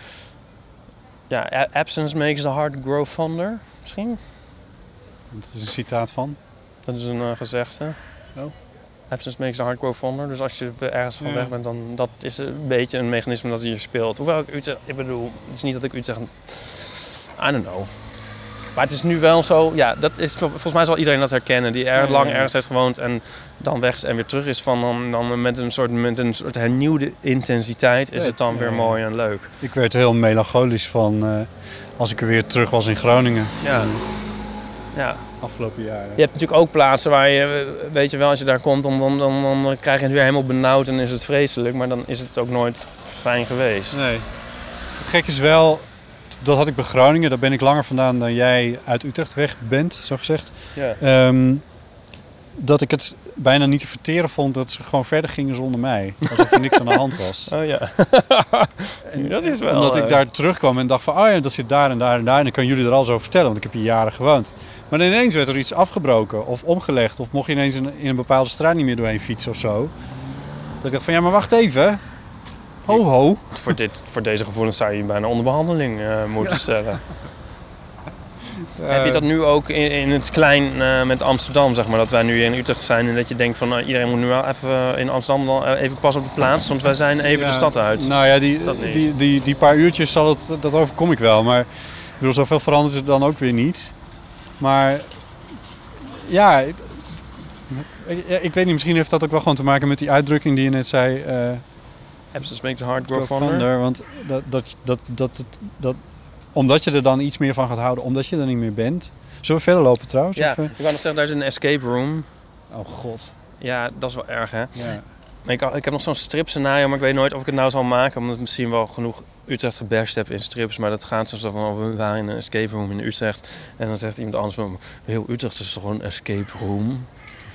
Ja, absence makes the heart grow fonder, misschien? Dat is een citaat van? Dat is een gezegde. Oh. Absence makes the heart grow fonder. Dus als je ergens van weg bent, dan dat is een beetje een mechanisme dat hier speelt. Hoewel ik bedoel, het is niet dat ik Utrecht... I don't know. Maar het is nu wel zo, ja, dat is, volgens mij zal iedereen dat herkennen. Die lang ergens heeft gewoond en dan weg is en weer terug is. Dan met een soort hernieuwde intensiteit is het dan weer mooi en leuk. Ik werd er heel melancholisch van als ik er weer terug was in Groningen. Ja. Afgelopen jaren. Je hebt natuurlijk ook plaatsen waar je, weet je wel, als je daar komt, dan krijg je het weer helemaal benauwd en is het vreselijk. Maar dan is het ook nooit fijn geweest. Nee. Het gek is wel, dat had ik bij Groningen, daar ben ik langer vandaan dan jij uit Utrecht weg bent, zo gezegd. Ja. Dat ik het bijna niet te verteren vond dat ze gewoon verder gingen zonder mij. Alsof er niks aan de hand was. Oh ja. En dat is wel... Omdat ik daar terugkwam en dacht van, oh ja, dat zit daar en daar en daar. En dan kan jullie er alles over vertellen, want ik heb hier jaren gewoond. Maar dan ineens werd er iets afgebroken of omgelegd. Of mocht je ineens in een bepaalde straat niet meer doorheen fietsen of zo. Dat ik dacht van, ja, maar wacht even. Ho, ho. Voor deze gevoelens zou je bijna onder behandeling moeten stellen. Heb je dat nu ook in het klein met Amsterdam, zeg maar, dat wij nu in Utrecht zijn en dat je denkt van iedereen moet nu wel even in Amsterdam wel even pas op de plaats, want wij zijn even de stad uit. Nou ja, die paar uurtjes dat overkom ik wel. Maar bedoel, zoveel verandert het dan ook weer niet. Maar ja, ik weet niet, misschien heeft dat ook wel gewoon te maken met die uitdrukking die je net zei. Absence makes the heart grow fonder. Want dat omdat je er dan iets meer van gaat houden, omdat je er niet meer bent. Zullen we verder lopen trouwens? Ja, Of, ik wou nog zeggen, daar is een escape room. Oh god. Ja, dat is wel erg, hè? Ja. Ik heb nog zo'n stripscenario, maar ik weet nooit of ik het nou zal maken. Omdat ik misschien wel genoeg Utrecht gebashed heb in strips. Maar dat gaat zo van, we waren in een escape room in Utrecht. En dan zegt iemand anders van, heel Utrecht is toch gewoon een escape room?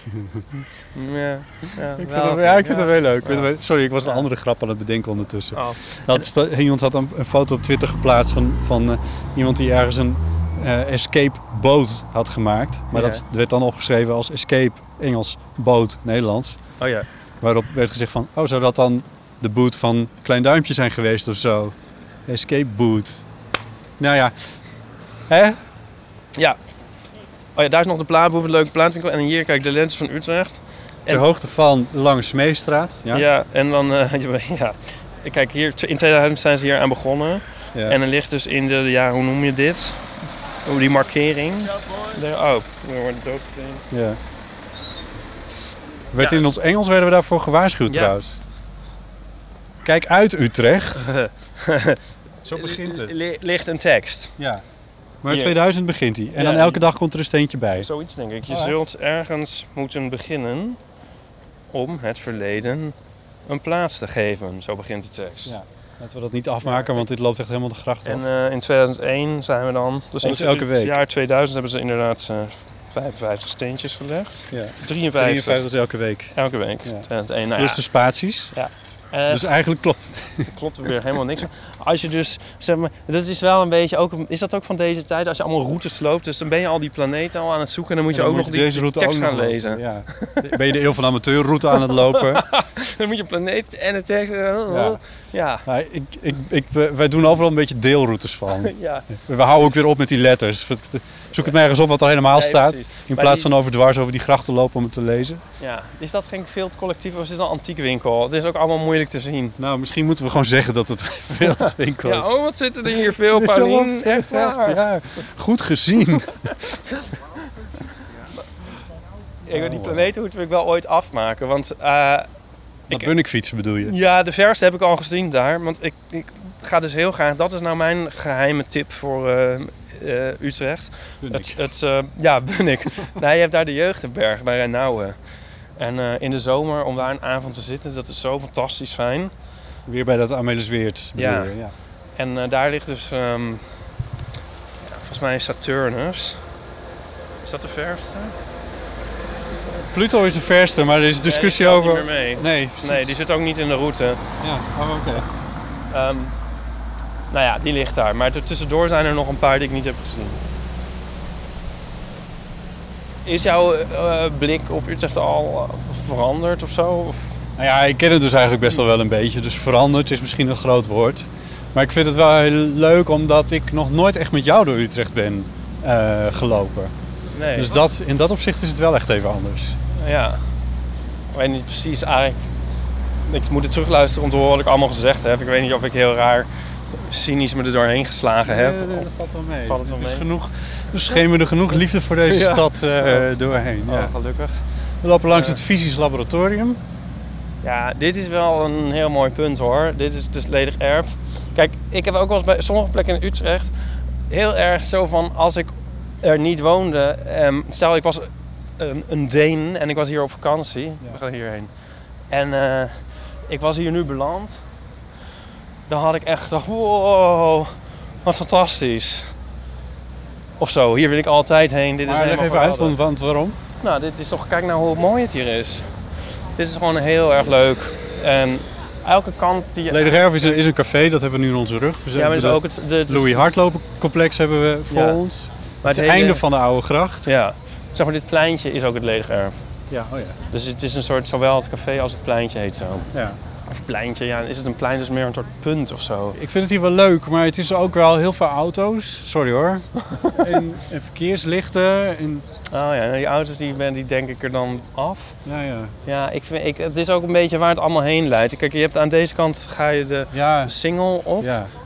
Ik vind het wel leuk. Ja. Sorry, ik was een andere grap aan het bedenken ondertussen. Iemand had een foto op Twitter geplaatst van iemand die ergens een escape boot had gemaakt. Maar dat werd dan opgeschreven als escape Engels, boot Nederlands. Oh ja. Waarop werd gezegd van, zou dat dan de boot van Klein Duimpje zijn geweest of zo? Escape boot. Nou ja. Hè? Ja. Oh ja, daar is nog de plaatboef, een leuke plaatwinkel. En hier, kijk, de Lentes van Utrecht. Ter hoogte van de Lange Smeestraat. Ja, en dan... Kijk, hier, in 2000 zijn ze hier aan begonnen. Ja. En er ligt dus in de... hoe noem je dit? Die markering. We worden doodgetraind. Ja. In ons Engels werden we daarvoor gewaarschuwd trouwens. Kijk uit Utrecht. Zo begint het. Ligt een tekst. Ja. Maar in 2000 begint hij. En dan elke dag komt er een steentje bij. Zoiets denk ik. Je zult ergens moeten beginnen om het verleden een plaats te geven. Zo begint de tekst. Ja. Laten we dat niet afmaken, want dit loopt echt helemaal de gracht af. En in 2001 zijn we dan... Dus in elke week. Het jaar 2000 hebben ze inderdaad 55 steentjes gelegd. Ja. 53 elke week. Elke week. Ja. 2001, dus de spaties. Ja. Dus eigenlijk klopt het. Klopt er weer helemaal niks. Als je dus, zeg maar, dat is wel een beetje ook, is dat ook van deze tijd, als je allemaal routes loopt, dus dan ben je al die planeten al aan het zoeken en dan moet je ook nog die tekst gaan lezen. Ja. Ben je de eeuw van de amateurroute aan het lopen? Dan moet je planeet en de tekst. Ja. Wij doen overal een beetje deelroutes van. Ja. We houden ook weer op met die letters. Zoek het maar ergens op wat er helemaal staat. Precies. In plaats van dwars over die grachten lopen om het te lezen. Ja. Is dat geen Vilt collectief of is het een antiekwinkel? Het is ook allemaal moeilijk te zien. Nou, misschien moeten we gewoon zeggen dat het Vilt winkel is. Ja, wat zitten er hier veel, Paulien? Echt, ja. Goed gezien. Die planeten moeten we wel ooit afmaken, want... Bunnikfietsen bedoel je? Ja, de verste heb ik al gezien daar. Want ik ga dus heel graag... Dat is nou mijn geheime tip voor Utrecht. Bunnik. Nou, je hebt daar de Jeugdenberg bij Rennauwen. En in de zomer om daar een avond te zitten, dat is zo fantastisch fijn. Weer bij dat Amelisweert bedoel je? Ja. En daar ligt dus... volgens mij Saturnus. Is dat de verste? Pluto is de verste, maar er is discussie over... Niet meer mee. Nee, die zit ook niet in de route. Ja, oké. Die ligt daar. Maar tussendoor zijn er nog een paar die ik niet heb gezien. Is jouw blik op Utrecht al veranderd of zo? Of? Nou ja, ik ken het dus eigenlijk best wel een beetje. Dus veranderd is misschien een groot woord. Maar ik vind het wel heel leuk omdat ik nog nooit echt met jou door Utrecht ben gelopen. Nee. Dus in dat opzicht is het wel echt even anders. Ja. Ik weet niet precies eigenlijk. Ik moet het terugluisteren om te horen wat ik allemaal gezegd heb. Ik weet niet of ik heel raar cynisch me er doorheen geslagen heb. Nee, dat valt wel mee. Valt het wel mee? Er schemerde genoeg liefde voor deze stad doorheen. Ja. Gelukkig. We lopen langs het Fysisch Laboratorium. Ja, dit is wel een heel mooi punt hoor. Dit is dus ledig erf. Kijk, ik heb ook wel eens bij sommige plekken in Utrecht heel erg zo van als ik er niet woonde. Stel, ik was een Deen en ik was hier op vakantie. Ja. We gaan hierheen. En ik was hier nu beland. Dan had ik echt gedacht, wow, wat fantastisch. Of zo, hier wil ik altijd heen. Dit is leg even uit, want waarom? Nou, dit is toch, kijk nou hoe mooi het hier is. Dit is gewoon heel erg leuk. En elke kant die je... Ledig Erf is een café, dat hebben we nu in onze rug. Ja, maar is ook het Louis Hardlopen complex hebben we voor ons. Maar het einde van de Oude Gracht. Ja, zeg maar dit pleintje is ook het Ledig Erf. Ja, oh ja. Dus het is een soort, zowel het café als het pleintje heet zo. Ja. Of pleintje, ja, is het een plein, dus meer een soort punt of zo. Ik vind het hier wel leuk, maar het is ook wel heel veel auto's. Sorry hoor. en verkeerslichten. Oh ja, die auto's die denk ik er dan af. Ja. Ja, het is ook een beetje waar het allemaal heen leidt. Kijk, je hebt aan deze kant ga je de Singel op. Ja.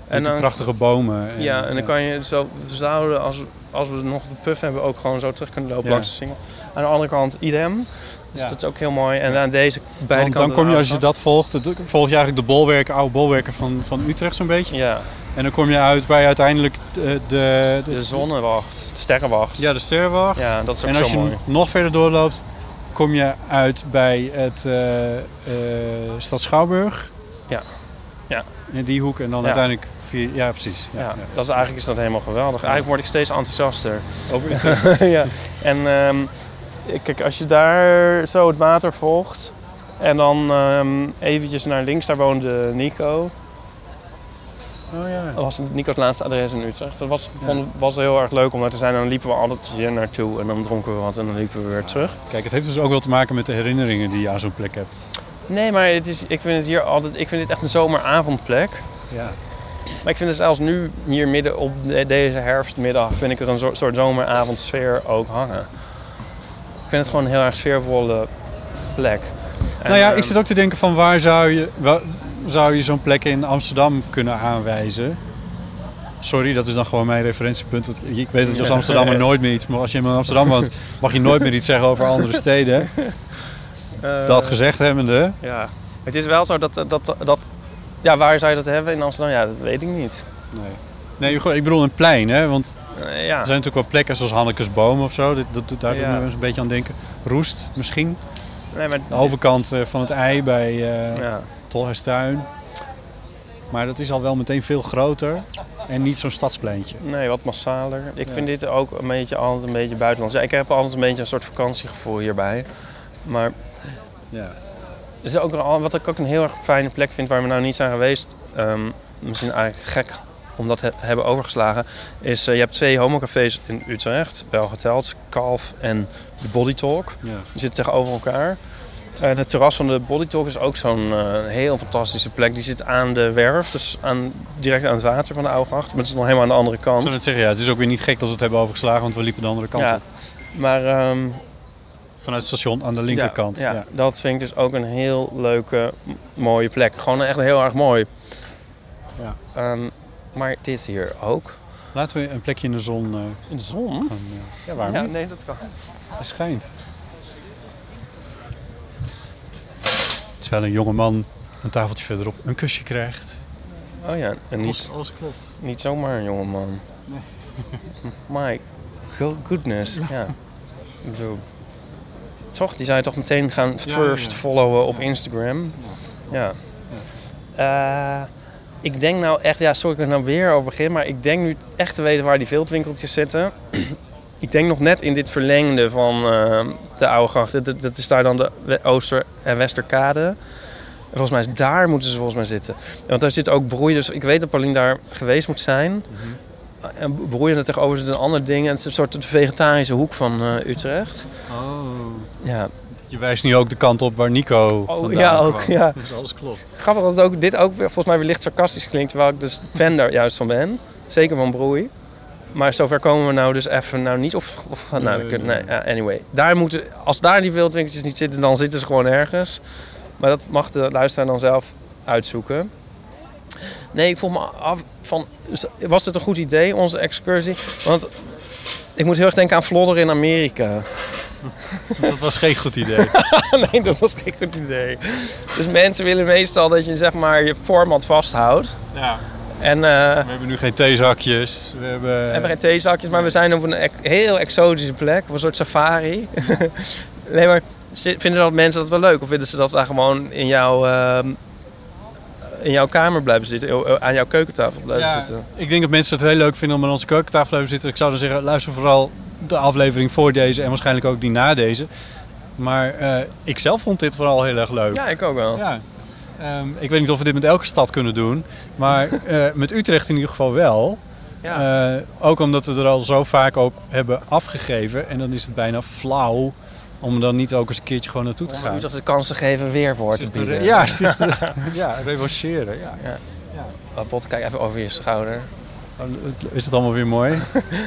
En die prachtige bomen. En dan kan je zo... We zouden, als we nog de puff hebben, ook gewoon zo terug kunnen lopen langs de Singel. Aan de andere kant idem. Dus dat is ook heel mooi. En aan deze beide kanten... Dan kom je, als je dat volgt, volg je eigenlijk de oude bolwerken van Utrecht zo'n beetje. Ja. En dan kom je uit bij uiteindelijk de zonnewacht, de sterrenwacht. Ja, de sterrenwacht. Ja, dat is ook en als zo mooi. je nog verder doorloopt, kom je uit bij het Stad Schouwburg. Ja. In die hoek en dan uiteindelijk... Ja, precies. Ja. Dat is eigenlijk helemaal geweldig. Eigenlijk word ik steeds enthousiaster. Over Utrecht. Ja. En kijk, als je daar zo het water volgt en dan eventjes naar links, daar woonde Nico. Oh ja. Dat was Nico's laatste adres in Utrecht. Dat was heel erg leuk om daar te zijn. Dan liepen we altijd hier naartoe en dan dronken we wat en dan liepen we weer terug. Kijk, het heeft dus ook wel te maken met de herinneringen die je aan zo'n plek hebt. Nee, maar ik vind dit echt een zomeravondplek. Ja. Maar ik vind het zelfs nu, hier midden op deze herfstmiddag, vind ik er een soort zomeravondsfeer ook hangen. Ik vind het gewoon een heel erg sfeervolle plek. En, ik zit ook te denken van waar zou je zo'n plek in Amsterdam kunnen aanwijzen? Sorry, dat is dan gewoon mijn referentiepunt. Want ik weet dat je als Amsterdammer nooit meer iets... Maar als je in Amsterdam woont, mag je nooit meer iets zeggen over andere steden. Dat gezegd hebbende. Ja, het is wel zo dat ja, waar zou je dat hebben in Amsterdam? Ja, dat weet ik niet. Nee, ik bedoel een plein, hè? Want er zijn natuurlijk wel plekken zoals Hannekes Boom of zo. Daar doen we een beetje aan denken. Roest misschien. Nee, maar... De overkant van het IJ bij Tolhuistuin. Maar dat is al wel meteen veel groter en niet zo'n stadspleintje. Nee, wat massaler. Ik vind dit ook altijd een beetje buitenlands. Ja, ik heb altijd een beetje een soort vakantiegevoel hierbij. Maar is ook wat ik ook een heel erg fijne plek vind waar we nou niet zijn geweest. Misschien eigenlijk gek om dat hebben overgeslagen. Is je hebt 2 homocafés in Utrecht, wel geteld. Kalf en de Body Talk. Ja. Die zitten tegenover elkaar. En het terras van de Body Talk is ook zo'n heel fantastische plek. Die zit aan de werf, dus direct aan het water van de Oude Gracht. Maar het is nog helemaal aan de andere kant. Ik zou net zeggen, het is ook weer niet gek dat we het hebben overgeslagen, want we liepen de andere kant op. Maar... vanuit het station aan de linkerkant. Ja, dat vind ik dus ook een heel leuke, mooie plek. Gewoon echt heel erg mooi. Ja. Maar dit hier ook. Laten we een plekje in de zon... in de zon? Waarom niet? Nee, dat kan. Het schijnt. Terwijl een jonge man een tafeltje verderop een kusje krijgt. Oh ja, en alles klopt. Niet zomaar een jonge man. Nee. My goodness, ja. Toch, die zou je toch meteen gaan followen op Instagram. Ja. Ik denk nou echt, sorry dat ik er nou weer over begin, maar ik denk nu echt te weten waar die viltwinkeltjes zitten. Ik denk nog net in dit verlengde van de Oude Gracht. Dat is daar dan de Ooster- en Westerkade. En volgens mij daar moeten ze volgens mij zitten. Want daar zit ook broeien, dus ik weet dat Paulien daar geweest moet zijn. Mm-hmm. En broeien er tegenover zit een ander ding. En het is een soort de vegetarische hoek van Utrecht. Oh. Ja. Je wijst nu ook de kant op waar Nico vandaan kwam. Ja. Dus alles klopt. Grappig dat dit ook volgens mij weer licht sarcastisch klinkt, terwijl ik dus fan daar juist van ben. Zeker van broei. Maar zover komen we nou dus even niet. Anyway. Als daar die wildwinkeltjes niet zitten, dan zitten ze gewoon ergens. Maar dat mag de luisteraar dan zelf uitzoeken. Nee, ik vroeg me af van, was dit een goed idee, onze excursie? Want ik moet heel erg denken aan Vlodder in Amerika. Dat was geen goed idee. Nee, dat was geen goed idee. Dus mensen willen meestal dat je zeg maar je format vasthoudt. Ja. En, we hebben nu geen theezakjes. We hebben geen theezakjes, maar we zijn op een heel exotische plek. Op een soort safari. Nee, maar vinden dat mensen dat wel leuk? Of vinden ze dat wij gewoon in jouw kamer blijven zitten? Aan jouw keukentafel blijven zitten? Ik denk dat mensen het heel leuk vinden om aan onze keukentafel blijven zitten. Ik zou dan zeggen, luister vooral de aflevering voor deze en waarschijnlijk ook die na deze. Maar ik zelf vond dit vooral heel erg leuk. Ja, ik ook wel. Ja. Ik weet niet of we dit met elke stad kunnen doen. Maar met Utrecht in ieder geval wel. Ja. Ook omdat we er al zo vaak op hebben afgegeven. En dan is het bijna flauw om dan niet ook eens een keertje gewoon naartoe te gaan. Om Utrecht de kans te geven weerwoord te bieden. Revancheren. Bot, kijk even over je schouder. Is het allemaal weer mooi?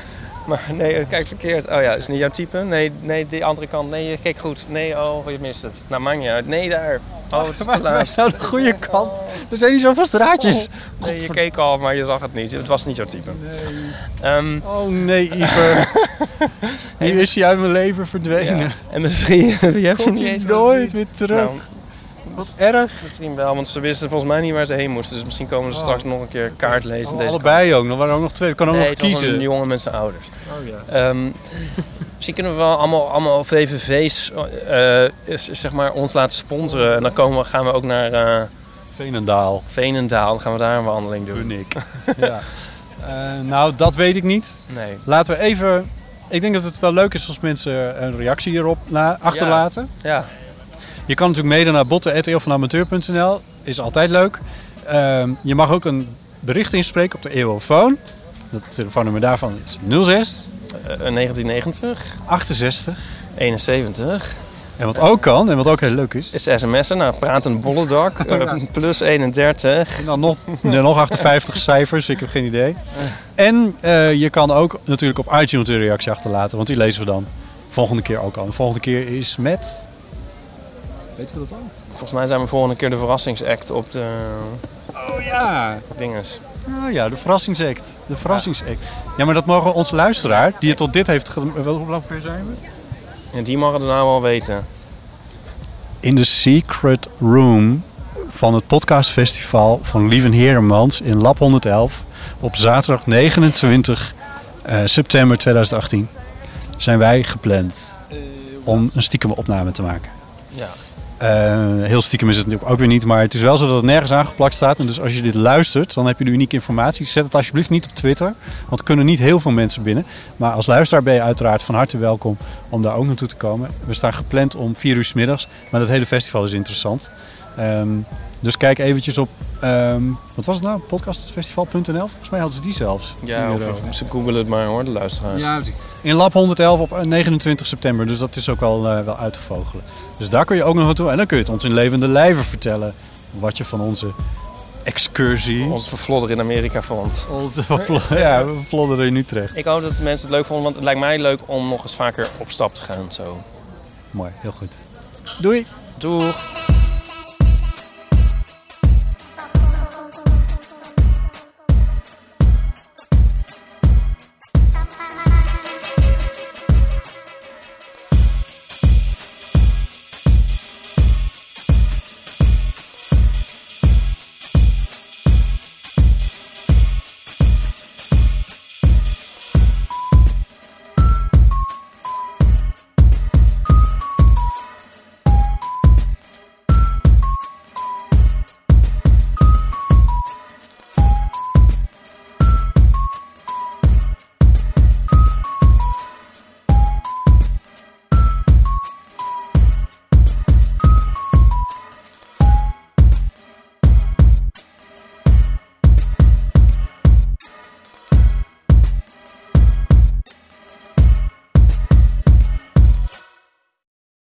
Maar nee, kijk verkeerd. Oh ja, is niet jouw type? Nee, die andere kant. Nee, je keek goed. Nee, oh, je mist het. Nou, maakt niet uit. Nee, daar. Oh, het is te laat. Nou, de goede kant. Er zijn niet zoveel straatjes. Nee, je keek al, maar je zag het niet. Het was niet jouw type. Nee. Oh nee, Ipe. Nu is hij uit mijn leven verdwenen. Ja. En misschien Komt hij nooit weer terug. Nou, wat erg. Misschien wel, want ze wisten volgens mij niet waar ze heen moesten. Dus misschien komen ze straks nog een keer kaart lezen. Deze allebei ook. Er waren ook nog 2. Ik kan ook nog het was kiezen. een jongen met zijn ouders. Oh ja. Misschien kunnen we wel allemaal VVV's zeg maar, ons laten sponsoren. En dan gaan we ook naar Veenendaal. Dan gaan we daar een wandeling doen. Unik. Ja. Nou, dat weet ik niet. Nee. Laten we even... Ik denk dat het wel leuk is als mensen een reactie hierop achterlaten. Ja. Je kan natuurlijk mede naar botten@eeuwvanamateur.nl. Is altijd leuk. Je mag ook een bericht inspreken op de Eeuwofoon. Het telefoonnummer daarvan is 06 1990. 68. 71. En wat ook kan, en wat ook heel leuk is... Is sms'en naar Pratend Bollendak. Plus 31. En dan nog 58 cijfers, ik heb geen idee. En je kan ook natuurlijk op iTunes een reactie achterlaten. Want die lezen we dan volgende keer ook al. De volgende keer is met... Weten we dat al? Volgens mij zijn we volgende keer de verrassingsact op de... Oh ja! Dinges. Oh ja, de verrassingsact. De verrassingsact. Ja, maar dat mogen onze luisteraar, die het tot dit heeft... Hoe lang ver zijn we? En die mag het nou wel weten. In de secret room van het podcastfestival van Lieven Heremans in Lab 111... op zaterdag 29 september 2018 zijn wij gepland om een stiekem opname te maken. Ja. Heel stiekem is het natuurlijk ook weer niet, maar het is wel zo dat het nergens aangeplakt staat. En dus als je dit luistert, dan heb je de unieke informatie. Zet het alsjeblieft niet op Twitter, want er kunnen niet heel veel mensen binnen. Maar als luisteraar ben je uiteraard van harte welkom om daar ook naartoe te komen. We staan gepland om 4 uur 's middags, maar dat hele festival is interessant. Dus kijk eventjes op, wat was het nou? Podcastfestival.nl? Volgens mij hadden ze die zelfs. Ja, of ze googelen het maar hoor, de luisteraars. Ja, in Lab 111 op 29 september, dus dat is ook wel uit te vogelen. Dus daar kun je ook nog naartoe en dan kun je het ons in levende lijven vertellen wat je van onze excursie... Ons vervlodder in Amerika vond. Ja, we vlodderen in Utrecht. Ik hoop dat de mensen het leuk vonden, want het lijkt mij leuk om nog eens vaker op stap te gaan. Zo. Mooi, heel goed. Doei! Doeg!